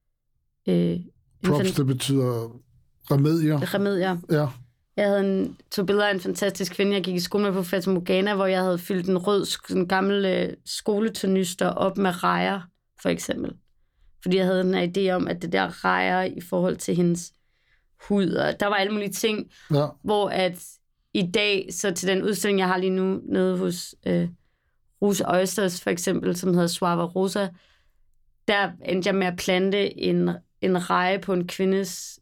props, det betyder remedier. Remedier. Ja. Jeg tog billeder af en fantastisk kvinde, jeg gik i skole med på Fata Morgana, hvor jeg havde fyldt en gammel skoletornyster op med rejer, for eksempel. Fordi jeg havde den her idé om, at det der rejer i forhold til hendes hud, og der var alle mulige ting, hvor at i dag, så til den udstilling, jeg har lige nu nede hos Rosa Oysters, for eksempel, som hedder Suava Rosa, der endte jeg med at plante en reje på en kvindes...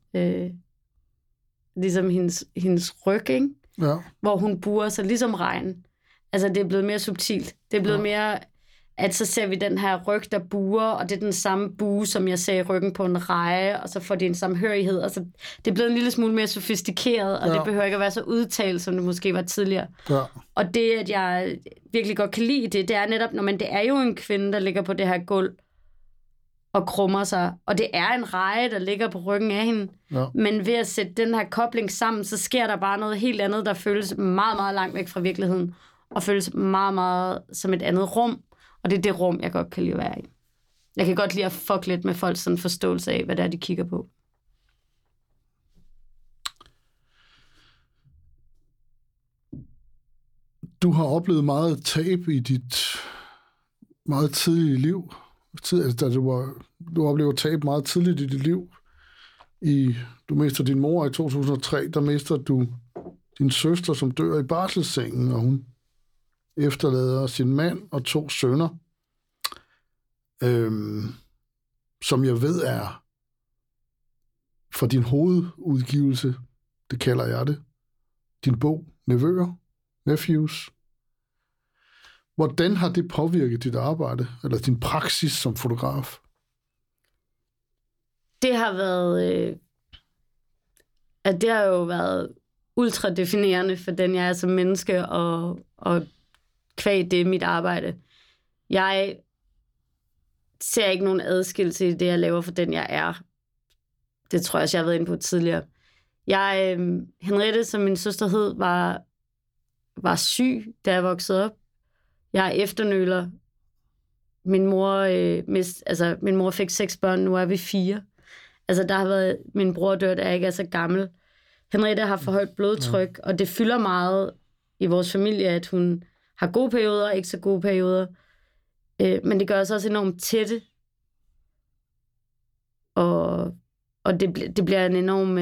ligesom hendes ryg, ikke? Ja. Hvor hun buer sig ligesom regn. Altså, det er blevet mere subtilt. Det er blevet mere, at så ser vi den her ryg, der buer, og det er den samme bue, som jeg ser i ryggen på en reje, og så får de en samhørighed. Altså, det er blevet en lille smule mere sofistikeret, og det behøver ikke at være så udtalt, som det måske var tidligere. Ja. Og det, at jeg virkelig godt kan lide det er netop, det er jo en kvinde, der ligger på det her gulv, og krummer sig. Og det er en reje, der ligger på ryggen af hende. Ja. Men ved at sætte den her kobling sammen, så sker der bare noget helt andet, der føles meget, meget langt væk fra virkeligheden. Og føles meget, meget som et andet rum. Og det er det rum, jeg godt kan lide at være i. Jeg kan godt lide at fuck lidt med folks sådan forståelse af, hvad det er, de kigger på. Du har oplevet meget tab i dit meget tidlige liv. Altså, du oplever tab meget tidligt i dit liv. Du mister din mor i 2003, der mister du din søster, som dør i barselssengen, og hun efterlader sin mand og 2 sønner, som jeg ved er for din hovedudgivelse, det kalder jeg det, din bog, Nevøer, Nephews. Hvordan har det påvirket dit arbejde, eller din praksis som fotograf? Det har været... det har jo været ultradefinerende for den, jeg er som menneske, og kvæg det mit arbejde. Jeg ser ikke nogen adskillelse i det, jeg laver for den, jeg er. Det tror jeg også, jeg har været inde på tidligere. Henriette, som min søster hed, var syg, da jeg voksede op. Jeg er efternøler. Min mor fik 6 børn, nu er vi 4. Altså, der har været min bror dør, da jeg ikke er så gammel. Henriette har for højt blodtryk, og det fylder meget i vores familie, at hun har gode perioder og ikke så gode perioder. Men det gør os også enormt tætte. Og det bliver en enorm...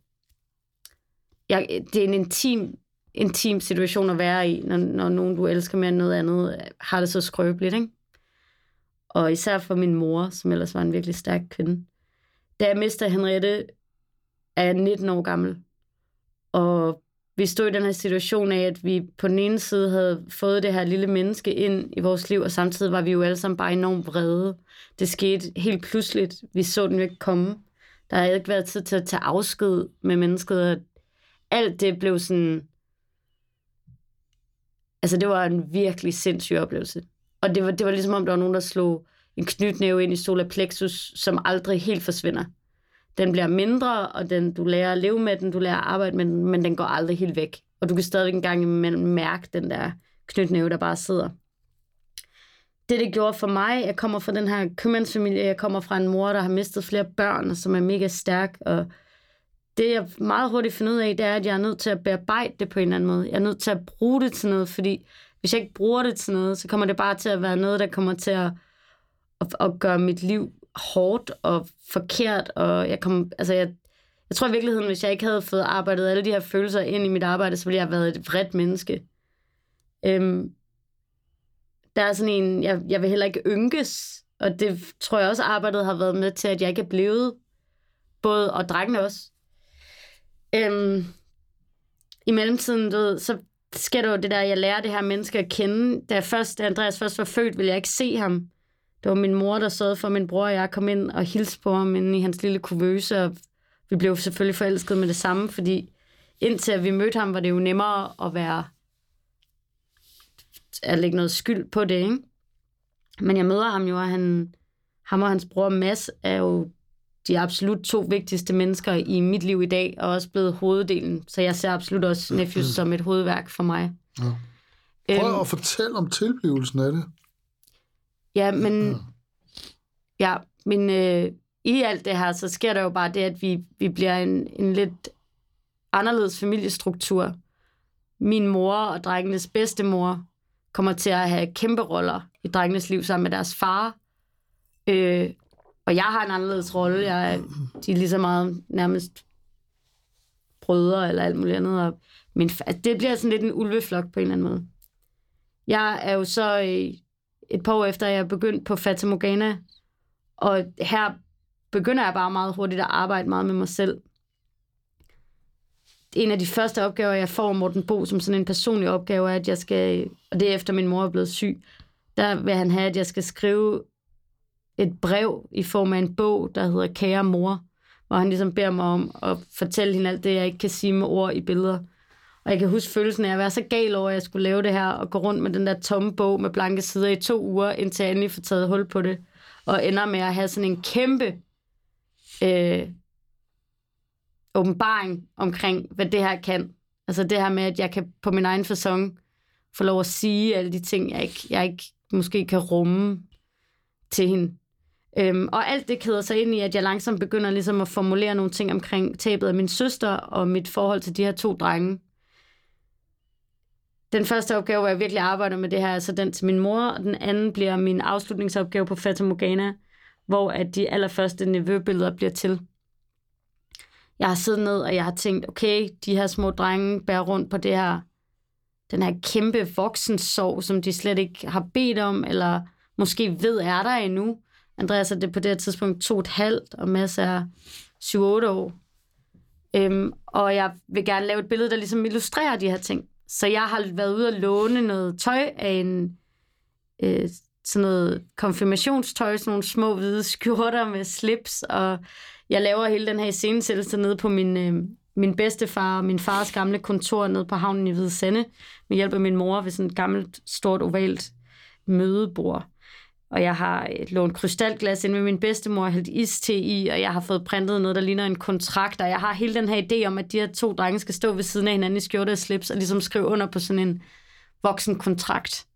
det er en intim situation at være i, når nogen, du elsker mere end noget andet, har det så skrøbeligt, ikke? Og især for min mor, som ellers var en virkelig stærk kvinde. Da jeg mister Henriette, er jeg 19 år gammel. Og vi stod i den her situation af, at vi på den ene side havde fået det her lille menneske ind i vores liv, og samtidig var vi jo alle sammen bare enormt vrede. Det skete helt pludseligt. Vi så den jo ikke komme. Der havde ikke været tid til at tage afsked med mennesket, og alt det blev sådan... Altså, det var en virkelig sindssyg oplevelse. Og det var ligesom om, der var nogen, der slog en knytnæve ind i solar plexus, som aldrig helt forsvinder. Den bliver mindre, og du lærer at leve med den, du lærer at arbejde med den, men den går aldrig helt væk. Og du kan stadig en gang imellem mærke den der knytnæve, der bare sidder. Det gjorde for mig, jeg kommer fra den her købmandsfamilie, jeg kommer fra en mor, der har mistet flere børn, og som er mega stærk, og det jeg meget hurtigt finder ud af, det er, at jeg er nødt til at bearbejde det på en eller anden måde. Jeg er nødt til at bruge det til noget, fordi hvis jeg ikke bruger det til noget, så kommer det bare til at være noget, der kommer til at gøre mit liv hårdt og forkert. Og jeg tror i virkeligheden, hvis jeg ikke havde fået arbejdet alle de her følelser ind i mit arbejde, så ville jeg have været et vredt menneske. Der er sådan en, jeg vil heller ikke ynkes, og det tror jeg også, arbejdet har været med til, at jeg ikke er blevet, både og drengene også. I mellemtiden, så sker der jo det der, jeg lærer det her menneske at kende. Da Andreas først var født, ville jeg ikke se ham. Det var min mor, der sørgede for, min bror og jeg kom ind og hilste på ham inde i hans lille kuvøse, og vi blev selvfølgelig forelskede med det samme, fordi indtil at vi mødte ham, var det jo nemmere at lægge noget skyld på det, ikke? Men jeg møder ham jo, og ham og hans bror Mads er jo de absolut 2 vigtigste mennesker i mit liv i dag, og også blevet hoveddelen. Så jeg ser absolut også Nephews som et hovedværk for mig. Ja. Prøv at fortælle om tilblivelsen af det. Men i alt det her, så sker der jo bare det, at vi bliver en lidt anderledes familiestruktur. Min mor og drengenes bedstemor kommer til at have kæmpe roller i drengenes liv sammen med deres far. Og jeg har en anderledes rolle. De er lige så meget nærmest brødre eller alt muligt andet. Og det bliver sådan lidt en ulveflok på en eller anden måde. Jeg er jo så et par år efter, jeg er begyndt på Fata Morgana, og her begynder jeg bare meget hurtigt at arbejde meget med mig selv. En af de første opgaver, jeg får Morten Bo som sådan en personlig opgave, er, at jeg skal, og det er efter min mor er blevet syg, der vil han have, at jeg skal skrive et brev i form af en bog, der hedder Kære Mor, hvor han ligesom beder mig om at fortælle hende alt det, jeg ikke kan sige med ord i billeder. Og jeg kan huske følelsen af at være så gal over, at jeg skulle lave det her, og gå rundt med den der tomme bog med blanke sider i 2 uger, indtil jeg endelig får taget hul på det, og ender med at have sådan en kæmpe åbenbaring omkring, hvad det her kan. Altså det her med, at jeg kan på min egen facon få lov at sige alle de ting, jeg ikke måske kan rumme til hende. Og alt det kæder sig ind i, at jeg langsomt begynder ligesom at formulere nogle ting omkring tabet af min søster og mit forhold til de her 2 drenge. Den første opgave, hvor jeg virkelig arbejder med det her, er så den til min mor, og den anden bliver min afslutningsopgave på Fata Morgana, hvor at de allerførste nevøbilleder bliver til. Jeg har siddet ned, og jeg har tænkt, okay, de her små drenge bærer rundt på den her kæmpe voksensorg, som de slet ikke har bedt om, eller måske ved er der endnu. Andreas er det på det her tidspunkt 2,5, og Mads er 7-8 år. Og jeg vil gerne lave et billede, der ligesom illustrerer de her ting. Så jeg har været ude og låne noget tøj af sådan noget konfirmationstøj, sådan nogle små hvide skjorter med slips, og jeg laver hele den her iscenesættelse nede på min bedstefar og min fars gamle kontor nede på havnen i Hvide Sande, med hjælp af min mor ved sådan et gammelt, stort, ovalt mødebord. Og jeg har lånt krystalglas ind med min bedstemor og hældt iste i, og jeg har fået printet noget, der ligner en kontrakt, og jeg har hele den her idé om, at de her 2 drenge skal stå ved siden af hinanden i skjorte og slips, og ligesom skrive under på sådan en voksenkontrakt.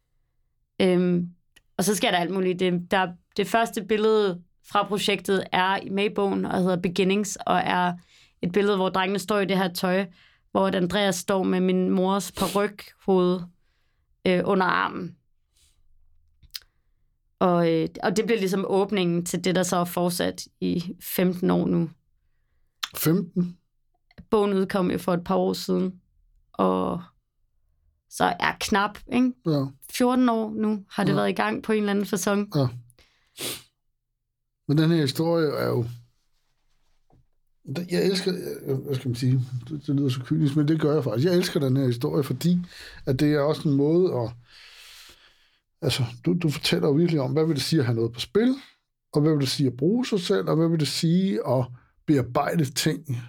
Og så sker der alt muligt. Det første billede fra projektet er med i bogen og hedder Beginnings, og er et billede, hvor drengene står i det her tøj, hvor Andreas står med min mors parykhoved under armen. Og det bliver ligesom åbningen til det, der så er fortsat i 15 år nu. 15? Bogen udkom jo for et par år siden, og så er knap, ikke? Ja. 14 år nu har det været i gang på en eller anden facon. Ja. Men den her historie er jo... Jeg elsker... Hvad skal man sige? Det lyder så kynisk, men det gør jeg faktisk. Jeg elsker den her historie, fordi at det er også en måde at... Altså, du fortæller jo virkelig om, hvad vil det sige at have noget på spil, og hvad vil det sige at bruge sig selv, og hvad vil det sige at bearbejde ting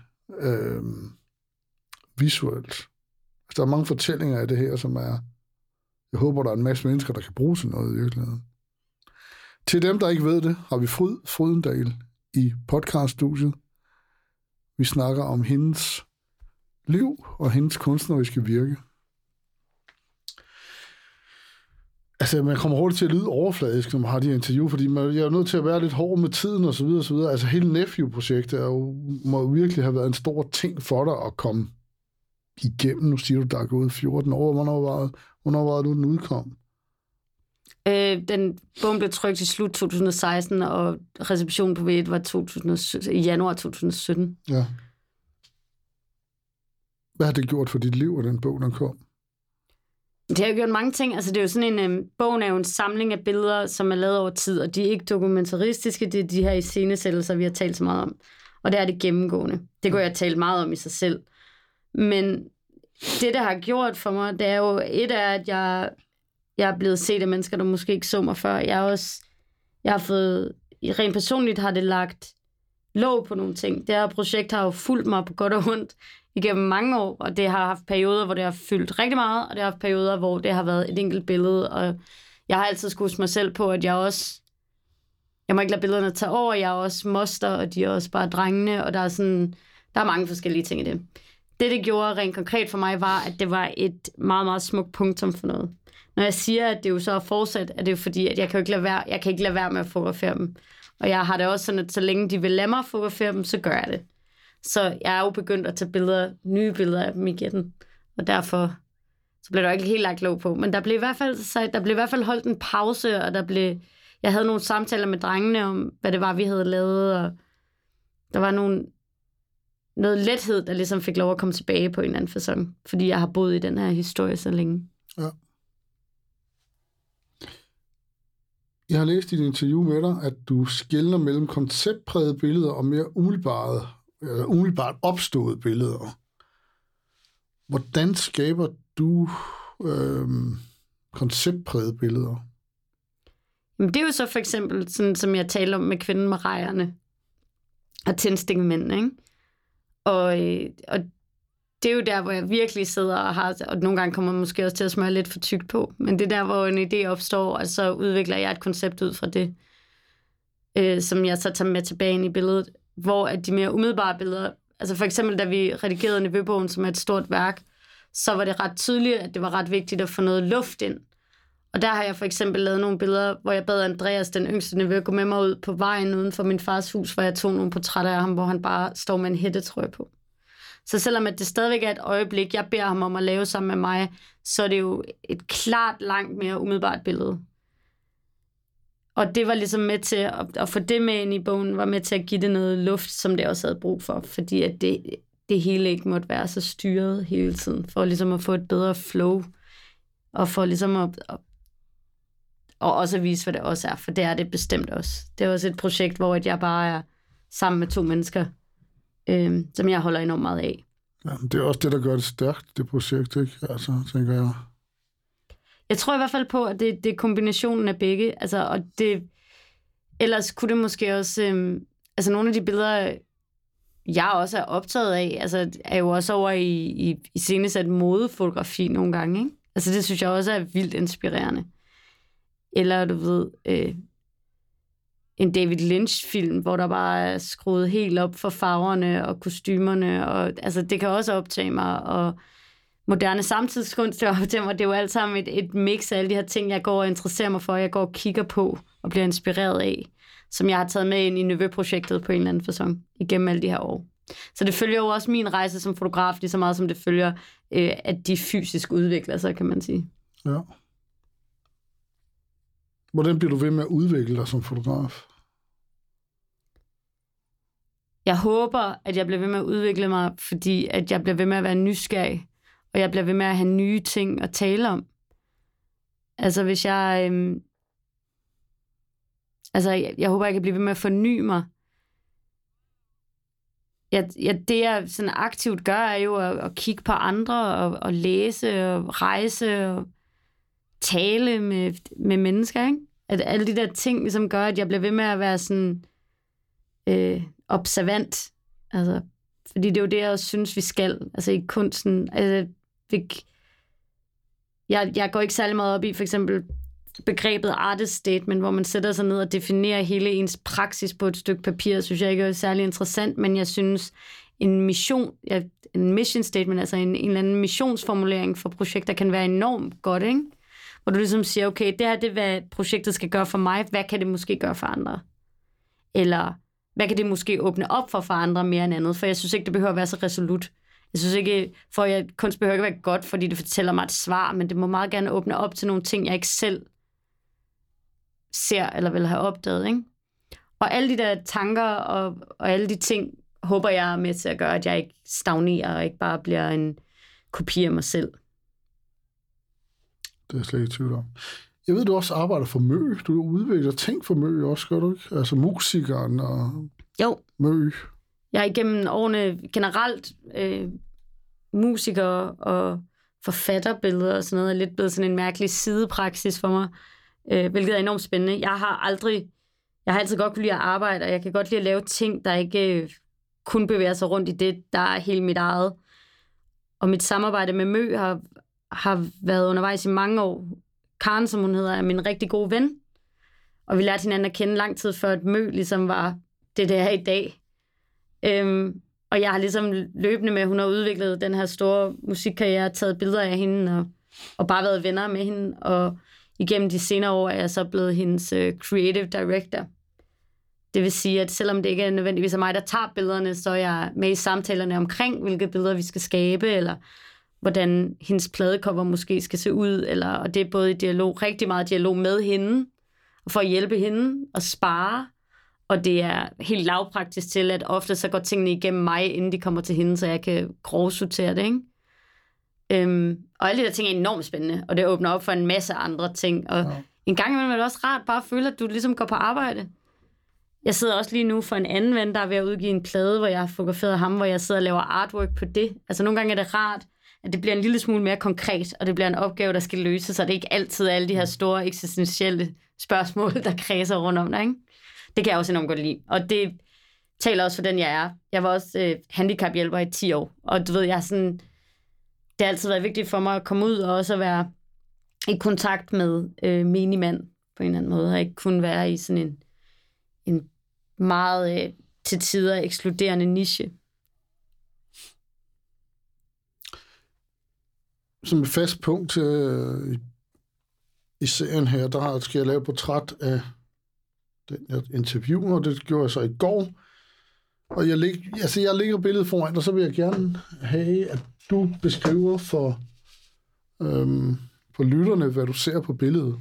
visuelt. Altså, der er mange fortællinger af det her, som er... Jeg håber, der er en masse mennesker, der kan bruge til noget i virkeligheden. Til dem, der ikke ved det, har vi Frydendal i podcaststudiet. Vi snakker om hendes liv og hendes kunstneriske virke. Altså, man kommer hurtigt til at lyde overfladisk, når man har de interview, fordi jeg er nødt til at være lidt hård med tiden og så videre, og så videre. Altså, hele Nephew-projektet må jo virkelig have været en stor ting for dig at komme igennem. Nu siger du, der er gået 14 år. Hvornår var det, den udkom? Den bogen blev trykt i slut 2016, og receptionen på V1 var i januar 2017. Ja. Hvad har det gjort for dit liv, at den bog, den kom? Det har gjort mange ting. Altså, det er jo sådan en... bogen er jo en samling af billeder, som er lavet over tid, og de er ikke dokumentaristiske. Det er de her iscenesættelser, vi har talt så meget om. Og det er det gennemgående. Det kunne jeg tale meget om i sig selv. Men det, der har gjort for mig, det er jo... Et er, at jeg er blevet set af mennesker, der måske ikke så mig før. Jeg har fået... Rent personligt har det lagt låg på nogle ting. Det her projekt har jo fulgt mig på godt og ondt igennem mange år, og det har haft perioder, hvor det har fyldt rigtig meget, og det har haft perioder, hvor det har været et enkelt billede, og jeg har altid skudt mig selv på, at jeg må ikke lade billederne tage over, jeg er også moster, og de er også bare drengene, og der er mange forskellige ting i det. Det gjorde rent konkret for mig, var, at det var et meget, meget smukt punktum for noget. Når jeg siger, at det jo så er fortsat, er det jo fordi, at jeg kan ikke lade være med at fotografere dem. Og jeg har det også sådan, at så længe de vil lade mig fotografere dem, så gør jeg det. Så jeg er jo begyndt at tage nye billeder af dem igen. Og derfor så blev der ikke helt lagt låg på. Men der blev i hvert fald holdt en pause, og jeg havde nogle samtaler med drengene om, hvad det var, vi havde lavet, og der var noget lethed, der ligesom fik lov at komme tilbage på en eller anden facon, fordi jeg har boet i den her historie så længe. Ja. Jeg har læst i et interview med dig, at du skelner mellem konceptprægede billeder og mere umiddelbart opståede billeder. Hvordan skaber du konceptprægede billeder? Jamen, det er jo så for eksempel, sådan som jeg taler om med kvinden med rejerne og tændstikmændene, ikke? Og det er jo der, hvor jeg virkelig sidder og nogle gange kommer man måske også til at smøre lidt for tykt på, men det er der, hvor en idé opstår, og så udvikler jeg et koncept ud fra det, som jeg så tager med tilbage ind i billedet, hvor at de mere umiddelbare billeder, altså for eksempel da vi redigerede Nevøbogen, som er et stort værk, så var det ret tydeligt, at det var ret vigtigt at få noget luft ind. Og der har jeg for eksempel lavet nogle billeder, hvor jeg bad Andreas, den yngste nevø, gå med mig ud på vejen uden for min fars hus, hvor jeg tog nogle portrætter af ham, hvor han bare står med en hættetrøje på. Så selvom at det stadigvæk er et øjeblik, jeg beder ham om at lave sammen med mig, så er det jo et klart langt mere umiddelbart billede. Og det var ligesom med til at få det med ind i bogen, var med til at give det noget luft, som det også havde brug for, fordi at det hele ikke måtte være så styret hele tiden, for ligesom at få et bedre flow, og for ligesom og også at vise, hvad det også er, for det er det bestemt også. Det er også et projekt, hvor jeg bare er sammen med 2 mennesker, som jeg holder enormt meget af. Ja, det er også det, der gør det stærkt, det projekt, ikke? Altså, tænker jeg. Jeg tror i hvert fald på, at det er kombinationen af begge. Altså, og ellers kunne det måske også... altså, nogle af de billeder, jeg også er optaget af, altså, er jo også over i scenesat modefotografi nogle gange, ikke? Altså, det synes jeg også er vildt inspirerende. Eller, du ved... en David Lynch-film, hvor der bare er skruet helt op for farverne og kostymerne, og altså, det kan også optage mig, og moderne samtidskunst, det optager mig, det er jo alt sammen et mix af alle de her ting, jeg går og interesserer mig for, jeg går og kigger på, og bliver inspireret af, som jeg har taget med ind i Nevø-projektet på en eller anden facon, igennem alle de her år. Så det følger jo også min rejse som fotograf, lige så meget som det følger, at de fysisk udvikler sig, kan man sige. Ja. Hvordan bliver du ved med at udvikle dig som fotograf? Jeg håber, at jeg bliver ved med at udvikle mig, fordi at jeg bliver ved med at være nysgerrig, og jeg bliver ved med at have nye ting at tale om. Altså hvis jeg... jeg håber, jeg kan blive ved med at forny mig. Det jeg sådan aktivt gør, er jo at kigge på andre, og læse, og rejse, og tale med mennesker, ikke? At alle de der ting, ligesom gør, at jeg bliver ved med at være sådan observant. Altså, fordi det er jo det, jeg også synes, vi skal. Altså i kunsten. Altså, jeg går ikke særlig meget op i, for eksempel begrebet artist statement, hvor man sætter sig ned og definerer hele ens praksis på et stykke papir, synes jeg ikke er særlig interessant, men jeg synes, en mission statement, altså en eller anden missionsformulering for projekter, kan være enormt godt, ikke? Hvor du ligesom siger, okay, det her det er, hvad projektet skal gøre for mig, hvad kan det måske gøre for andre? Eller hvad kan det måske åbne op for andre mere end andet? For jeg synes ikke, det behøver at være så resolut. Jeg synes ikke, kunst behøver ikke at være godt, fordi det fortæller mig et svar, men det må meget gerne åbne op til nogle ting, jeg ikke selv ser eller vil have opdaget, ikke? Og alle de der tanker og alle de ting, håber jeg er med til at gøre, at jeg ikke stagnerer og ikke bare bliver en kopi af mig selv. Det er jeg slet ikke i tvivl om. Jeg ved, du også arbejder for Mø. Du udvikler ting for Mø også, gør du ikke? Altså musikeren og Mø. Jeg er igennem årene generelt musiker og forfatterbilleder og sådan noget, er lidt blevet sådan en mærkelig sidepraksis for mig, hvilket er enormt spændende. Jeg har altid godt kunne lide at arbejde, og jeg kan godt lide at lave ting, der ikke kun bevæger sig rundt i det, der er helt mit eget. Og mit samarbejde med Mø har været undervejs i mange år. Karen, som hun hedder, er min rigtig gode ven, og vi lærte hinanden at kende lang tid før, at Mø ligesom var det er i dag. Og jeg har ligesom løbende med, at hun har udviklet den her store musikkarriere, taget billeder af hende og bare været venner med hende. Og igennem de senere år er jeg så blevet hendes creative director. Det vil sige, at selvom det ikke er nødvendigvis af mig, der tager billederne, så er jeg med i samtalerne omkring, hvilke billeder vi skal skabe, eller hvordan hendes pladecover måske skal se ud. Og det er både i dialog, rigtig meget dialog med hende, og for at hjælpe hende og spare. Og det er helt lavpraktisk til, at ofte så går tingene igennem mig, inden de kommer til hende, så jeg kan grovsortere det, ikke? Og alle de der ting er enormt spændende, og det åbner op for en masse andre ting. Og en gang imellem er det også rart bare at føle, at du ligesom går på arbejde. Jeg sidder også lige nu for en anden ven, der er ved at udgive en plade, hvor jeg har fotograferet ham, hvor jeg sidder og laver artwork på det. Altså nogle gange er det rart, at det bliver en lille smule mere konkret, og det bliver en opgave, der skal løses, så det ikke altid er alle de her store eksistentielle spørgsmål, der kredser rundt om dig, ikke? Det kan jeg også enormt godt lide. Og det taler også for den, jeg er. Jeg var også handicaphjælper i 10 år. Og du ved, det har altid været vigtigt for mig at komme ud og også at være i kontakt med menigmand på en eller anden måde. Og ikke kun være i sådan en meget til tider ekskluderende niche. Som et fast punkt i serien her, der skal jeg lave et portræt af den jeg interviewer, og det gjorde jeg så i går. Og jeg lægger billedet foran, og så vil jeg gerne have, at du beskriver for lytterne, hvad du ser på billedet.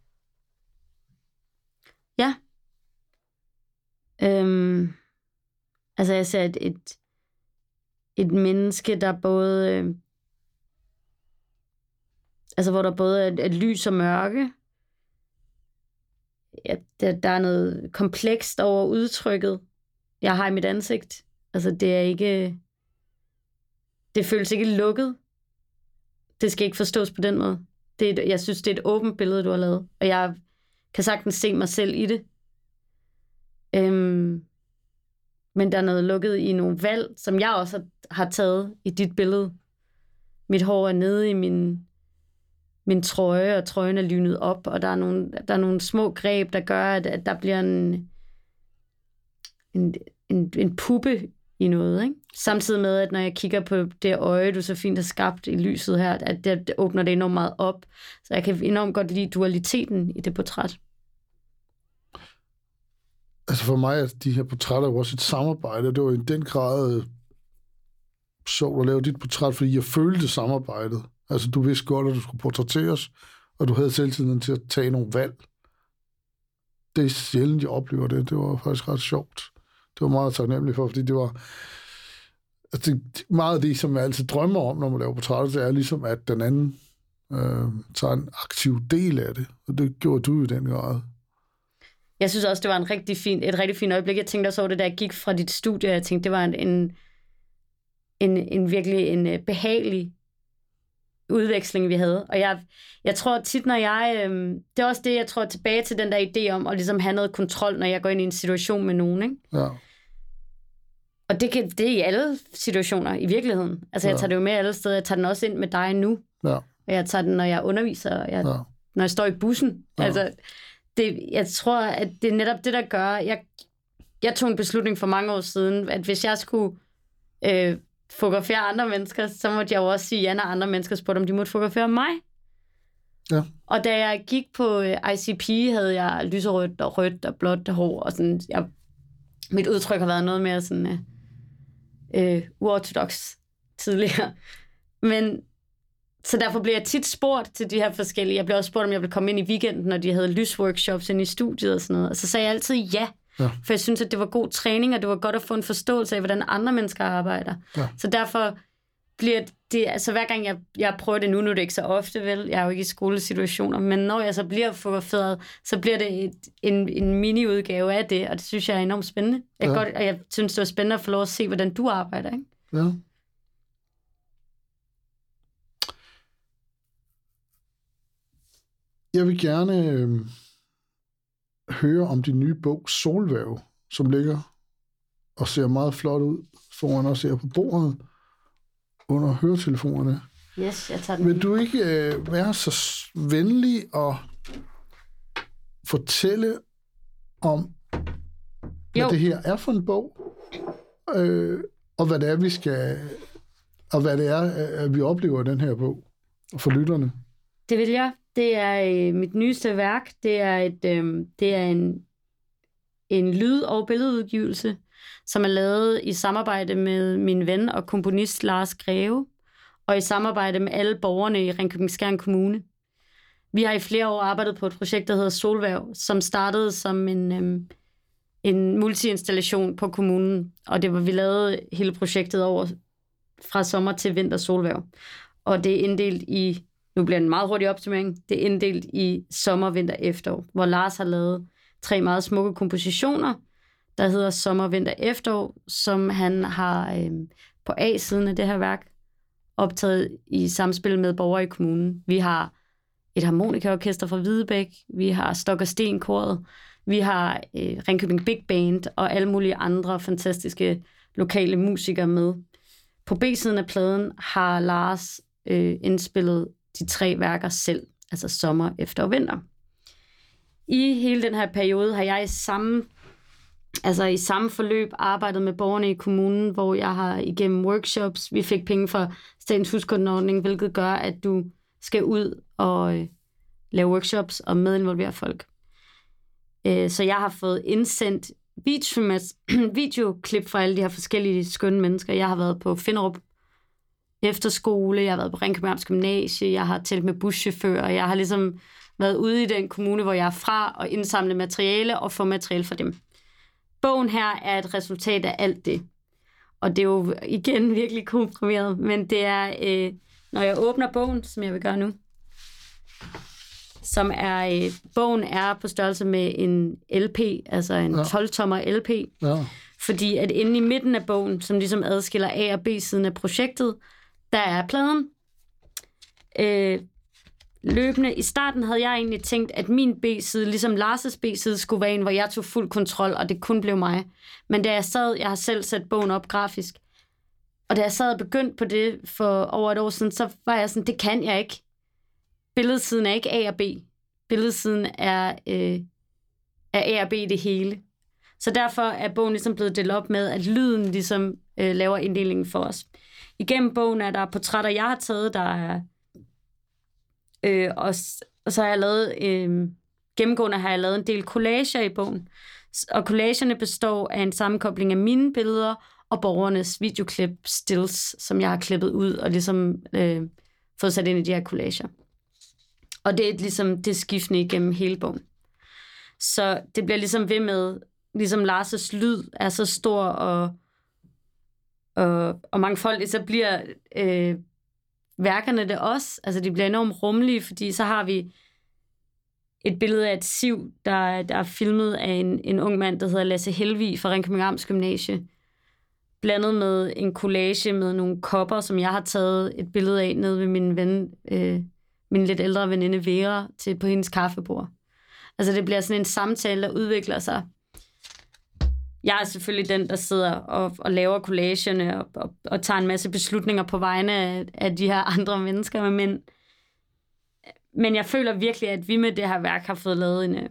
Ja. Altså jeg ser et menneske, der både hvor der både er et lys og mørke. Ja, der er noget komplekst over udtrykket, jeg har i mit ansigt. Altså det er ikke, det føles ikke lukket. Det skal ikke forstås på den måde. Jeg synes, det er et åbent billede, du har lavet, og jeg kan sagtens se mig selv i det. Men der er noget lukket i nogle valg, som jeg også har taget i dit billede. Mit hår er nede i min trøje, og trøjen er lynet op, og der er nogle små greb, der gør, at der bliver en puppe i noget, ikke? Samtidig med, at når jeg kigger på det øje, du så fint har skabt i lyset her, at det åbner det enormt meget op. Så jeg kan enormt godt lide dualiteten i det portræt. Altså for mig er de her portrætter jo også et samarbejde. Det var i den grad sjovt at lave dit portræt, fordi jeg følte samarbejdet. Altså du vidste godt, at du skulle portrætteres, og du havde selvtiden til at tage nogle valg, det er sjældent, jeg oplever det. Det var faktisk ret sjovt. Det var meget taknemmelig for, fordi det var... Altså, meget af det, som jeg altid drømmer om, når man laver portrætter, det er ligesom, at den anden tager en aktiv del af det. Og det gjorde du i den grad. Jeg synes også, det var et rigtig fint øjeblik. Jeg tænkte også over det, da jeg gik fra dit studie. Jeg tænkte, det var en virkelig behagelig udveksling, vi havde. Og jeg tror tit, når det er også det, jeg tror tilbage til den der idé om at ligesom have noget kontrol, når jeg går ind i en situation med nogen, ikke? Ja. Og det er i alle situationer, i virkeligheden. Altså, jeg tager det jo med alle steder. Jeg tager den også ind med dig nu. Ja. Og jeg tager den, når jeg underviser, og når jeg står i bussen. Ja. Altså, jeg tror, at det er netop det, der gør... Jeg tog en beslutning for mange år siden, at hvis jeg skulle fotografere andre mennesker, så måtte jeg jo også sige ja, når andre mennesker spurgte, om de måtte fotografere mig. Ja. Og da jeg gik på ICP, havde jeg lyserødt og rødt og blåt hår, og sådan... Mit udtryk har været noget mere sådan uortodox tidligere. Men så derfor blev jeg tit spurgt til de her forskellige. Jeg blev også spurgt, om jeg ville komme ind i weekenden, når de havde lysworkshops inde i studiet og sådan noget. Og så sagde jeg altid ja. For jeg synes, at det var god træning, og det var godt at få en forståelse af, hvordan andre mennesker arbejder. Ja. Så derfor bliver det, altså hver gang jeg prøver det nu er det ikke så ofte, vel? Jeg er jo ikke i skolesituationer, men når jeg så bliver fotograferet, så bliver det en mini-udgave af det, og det synes jeg er enormt spændende. Og jeg synes, det var spændende at få lov at se, hvordan du arbejder, ikke? Ja. Jeg vil gerne høre om din nye bog, Solværv, som ligger og ser meget flot ud foran os her på bordet under høretelefonerne. Yes, jeg tager den. Vil du ikke være så venlig og fortælle om, hvad det her er for en bog, og hvad det er, vi skal, og hvad det er, at vi oplever den her bog for lytterne? Det vil jeg. Det er mit nyeste værk. Det er en lyd- og billedudgivelse, som er lavet i samarbejde med min ven og komponist Lars Greve, og i samarbejde med alle borgerne i Ringkøbing-Skjern Kommune. Vi har i flere år arbejdet på et projekt, der hedder Solværv, som startede som en multi-installation på kommunen, og vi lavede hele projektet over fra sommer til vinter Solværv. Og det er inddelt i, nu bliver det en meget hurtig opsummering, det er inddelt i sommer, vinter, efterår, hvor Lars har lavet 3 meget smukke kompositioner, der hedder sommer, vinter, efterår, som han har på A-siden af det her værk optaget i samspil med borgere i kommunen. Vi har et harmonikaorkester fra Hvidebæk, vi har Stok og Sten-koret, vi har Ringkøbing Big Band og alle mulige andre fantastiske lokale musikere med. På B-siden af pladen har Lars indspillet de 3 værker selv, altså sommer, efterår og vinter. I hele den her periode har jeg i samme forløb arbejdet med borgerne i kommunen, hvor jeg har igennem workshops, vi fik penge fra Statens Huskundeordning, hvilket gør, at du skal ud og lave workshops og medinvolvere folk. Så jeg har fået indsendt videoklip fra alle de her forskellige skønne mennesker. Jeg har været på Finderup Efterskole, jeg har været på Ringkøbing Amts Gymnasie, jeg har talt med buschauffører, jeg har ligesom været ude i den kommune, hvor jeg er fra, og indsamle materiale og få materiale for dem. Bogen her er et resultat af alt det. Og det er jo igen virkelig komprimeret, men det er, når jeg åbner bogen, som jeg vil gøre nu, som er, bogen er på størrelse med en LP, altså en 12-tommer LP. Ja. Fordi at inde i midten af bogen, som ligesom adskiller A- og B-siden af projektet, der er pladen. Løbende. I starten havde jeg egentlig tænkt, at min B-side, ligesom Lars' B-side, skulle være en, hvor jeg tog fuld kontrol, og det kun blev mig. Men da jeg har selv sat bogen op grafisk, og da jeg sad og begyndte på det for over et år siden, så var jeg sådan, det kan jeg ikke. Billedsiden er ikke A og B. Billedsiden er A og B det hele. Så derfor er bogen ligesom blevet delt op med, at lyden ligesom laver inddelingen for os. Igennem bogen er der portrætter, jeg har taget, der er og så har jeg lavet gennemgående har jeg lavet en del collager i bogen. Og collagerne består af en sammenkobling af mine billeder og borgernes videoklip stills, som jeg har klippet ud og ligesom fået sat ind i de her collager. Og det er ligesom det skiftende igennem hele bogen. Så det bliver ligesom ved med, ligesom Lars' lyd er så stor og mangfoldigt, så bliver værkerne det også. Altså de bliver enormt rummelige, fordi så har vi et billede af et siv, der er filmet af en ung mand, der hedder Lasse Helvig fra Ringkøbing Amts Gymnasie, blandet med en collage med nogle kopper, som jeg har taget et billede af nede ved min lidt ældre veninde Vera på hendes kaffebord. Altså det bliver sådan en samtale, der udvikler sig. Jeg er selvfølgelig den, der sidder og laver collagerne og tager en masse beslutninger på vegne af de her andre mennesker, men jeg føler virkelig, at vi med det her værk har fået lavet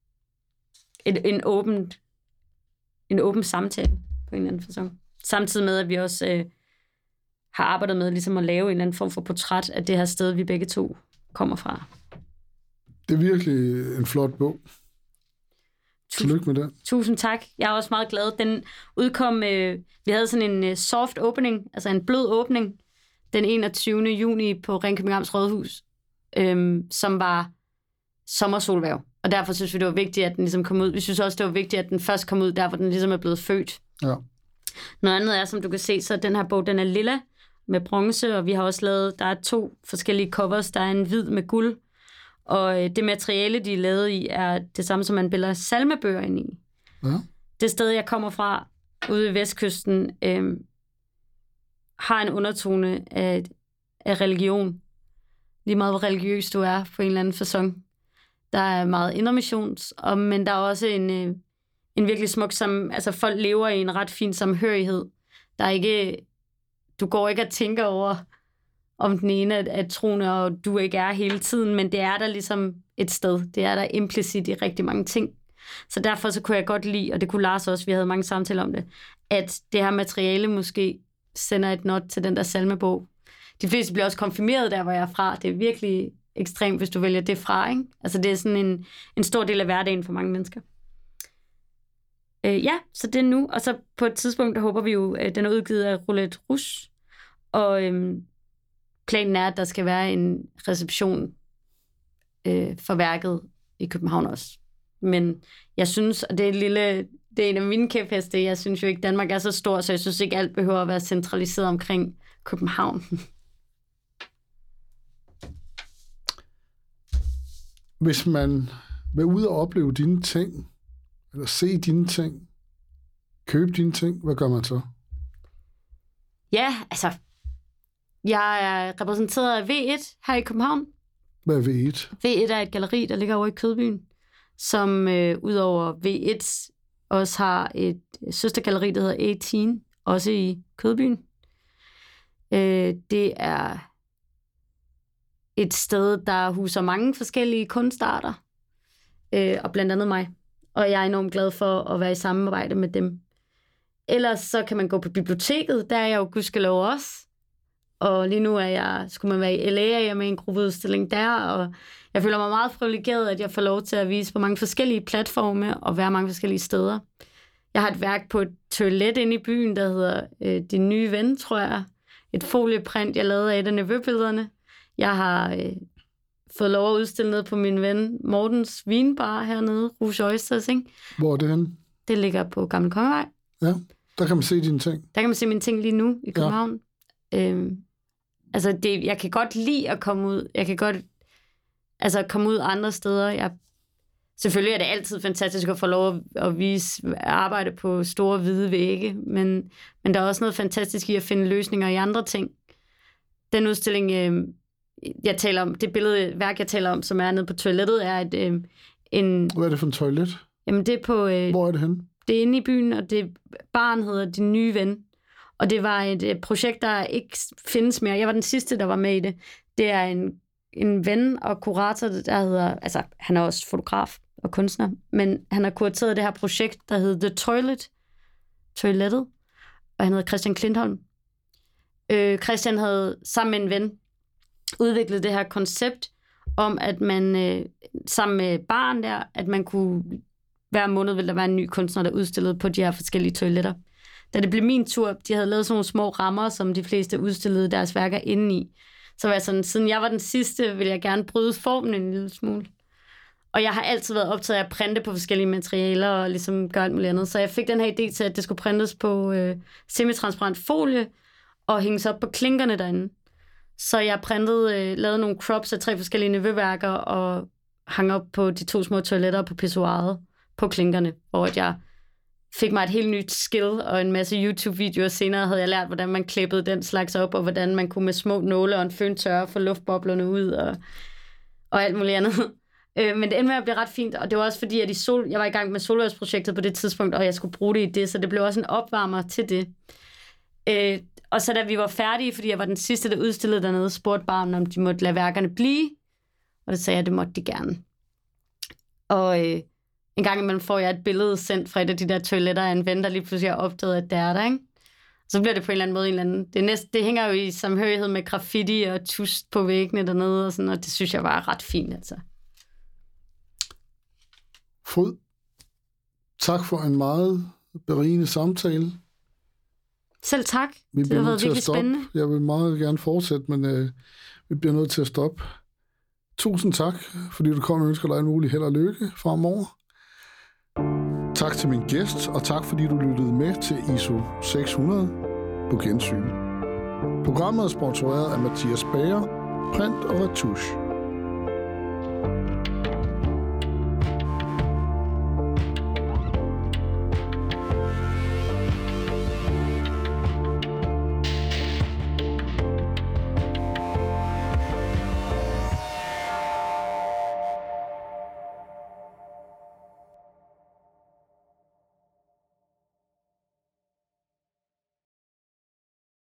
en åben samtale på en eller anden facon. Samtidig med, at vi også har arbejdet med ligesom at lave en eller anden form for portræt af det her sted, vi begge to kommer fra. Det er virkelig en flot bog. Tillykke med det. Tusind tak. Jeg er også meget glad. Den udkom, vi havde sådan en soft opening, altså en blød åbning, den 21. juni på Ringkøbing Amts Rådhus, som var sommersolværv. Og derfor synes vi, det var vigtigt, at den ligesom kom ud. Vi synes også, det var vigtigt, at den først kom ud, der hvor den ligesom er blevet født. Ja. Noget andet er, som du kan se, så den her bog, den er lilla med bronze, og vi har også lavet, der er 2 forskellige covers. Der er en hvid med guld, og det materiale, de er lavet i, er det samme, som man billeder salmebøger ind i. Ja. Det sted, jeg kommer fra, ude ved Vestkysten, har en undertone af religion. Lige meget, hvor religiøs du er på en eller anden facon. Der er meget indremissions, men der er også en virkelig smuk, altså folk lever i en ret fin samhørighed. Der er ikke, du går ikke og tænker over, om den ene er troende, og du ikke er hele tiden, men det er der ligesom et sted. Det er der implicit i rigtig mange ting. Så derfor så kunne jeg godt lide, og det kunne Lars også, vi havde mange samtaler om det, at det her materiale måske sender et not til den der salmebog. De fleste bliver også konfirmeret der, hvor jeg er fra. Det er virkelig ekstremt, hvis du vælger det fra, ikke? Altså det er sådan en stor del af hverdagen for mange mennesker. Ja, så det er nu. Og så på et tidspunkt, der håber vi jo, at den er udgivet af Roulette Rouge. Og planen er, at der skal være en reception for værket i København også. Men jeg synes, og det er en af mine kæpheste, jeg synes jo ikke, Danmark er så stor, så jeg synes ikke, alt behøver at være centraliseret omkring København. Hvis man vil ud og opleve dine ting, eller se dine ting, købe dine ting, hvad gør man så? Ja, altså, jeg er repræsenteret af V1 her i København. Hvad er V1? V1 er et galleri, der ligger over i Kødbyen, som udover V1 også har et søstergalleri, der hedder 18, også i Kødbyen. Det er et sted, der huser mange forskellige kunstarter, og blandt andet mig. Og jeg er enormt glad for at være i samarbejde med dem. Ellers så kan man gå på biblioteket, der er jeg jo gudskelov også. Og lige nu skulle man være i LA, og jeg er med i en gruppeudstilling der, og jeg føler mig meget privilegeret, at jeg får lov til at vise på mange forskellige platforme og være mange forskellige steder. Jeg har et værk på et toilet inde i byen, der hedder Din Nye Ven, tror jeg. Et folieprint, jeg lavede af et af nevøbillederne. Jeg har fået lov at udstille ned på min ven Mortens vinbar hernede, Rouge Oysters, ikke? Hvor er det henne? Det ligger på Gamle Kongevej. Ja, der kan man se dine ting. Der kan man se mine ting lige nu i København. Ja. Altså, jeg kan godt lide at komme ud. Jeg kan godt komme ud andre steder. Selvfølgelig er det altid fantastisk at få lov at vise arbejde på store hvide vægge, men der er også noget fantastisk i at finde løsninger i andre ting. Den udstilling, jeg taler om, det billedværk, jeg taler om, som er nede på toilettet, er Hvad er det for en toilet? Jamen, det er på... Hvor er det henne? Det er inde i byen, og baren hedder Din Nye Ven. Og det var et projekt, der ikke findes mere. Jeg var den sidste, der var med i det. Det er en ven og kurator, der hedder... Altså, han er også fotograf og kunstner, men han har kurateret det her projekt, der hedder The Toilettet, og han hedder Christian Klintholm. Christian havde sammen med en ven udviklet det her koncept om, at man sammen med barn der, at man kunne hver måned ville der være en ny kunstner, der udstillede på de her forskellige toiletter. Da det blev min tur, de havde lavet sådan nogle små rammer, som de fleste udstillede deres værker inde i. Så var jeg sådan, siden jeg var den sidste, ville jeg gerne bryde formen en lille smule. Og jeg har altid været optaget af at printe på forskellige materialer og ligesom gøre alt muligt andet. Så jeg fik den her idé til, at det skulle printes på semitransparent folie og hænges op på klinkerne derinde. Så jeg lavede nogle crops af 3 forskellige nevøværker og hang op på de 2 små toiletter på pissoiret på klinkerne, hvor jeg fik mig et helt nyt skill og en masse YouTube-videoer. Senere havde jeg lært, hvordan man klippede den slags op, og hvordan man kunne med små nåle og en føntørre få luftboblerne ud og alt muligt andet. Men det endte med at blive ret fint, og det var også fordi, at jeg var i gang med solværsprojektet på det tidspunkt, og jeg skulle bruge det i det, så det blev også en opvarmer til det. Og så da vi var færdige, fordi jeg var den sidste, der udstillede dernede, spurgte bare, om de måtte lade værkerne blive, og det sagde jeg, det måtte de gerne. Og en gang imellem får jeg et billede sendt fra et af de der toiletter af en ven, der lige pludselig har opdaget, at det er der, ikke? Så bliver det på en eller anden måde det hænger jo i samhørighed med graffiti og tust på væggene dernede, og sådan, og det synes jeg var ret fint, altså. Fryd, tak for en meget berigende samtale. Selv tak. Det har været virkelig spændende. Jeg vil meget gerne fortsætte, men vi bliver nødt til at stoppe. Tusind tak, fordi du kom og ønsker dig en mulig held og lykke fremover. Tak til min gæst, og tak fordi du lyttede med til ISO 600 på gensyn. Programmet er sponsoreret af Mathias Bager, Print og Retouche.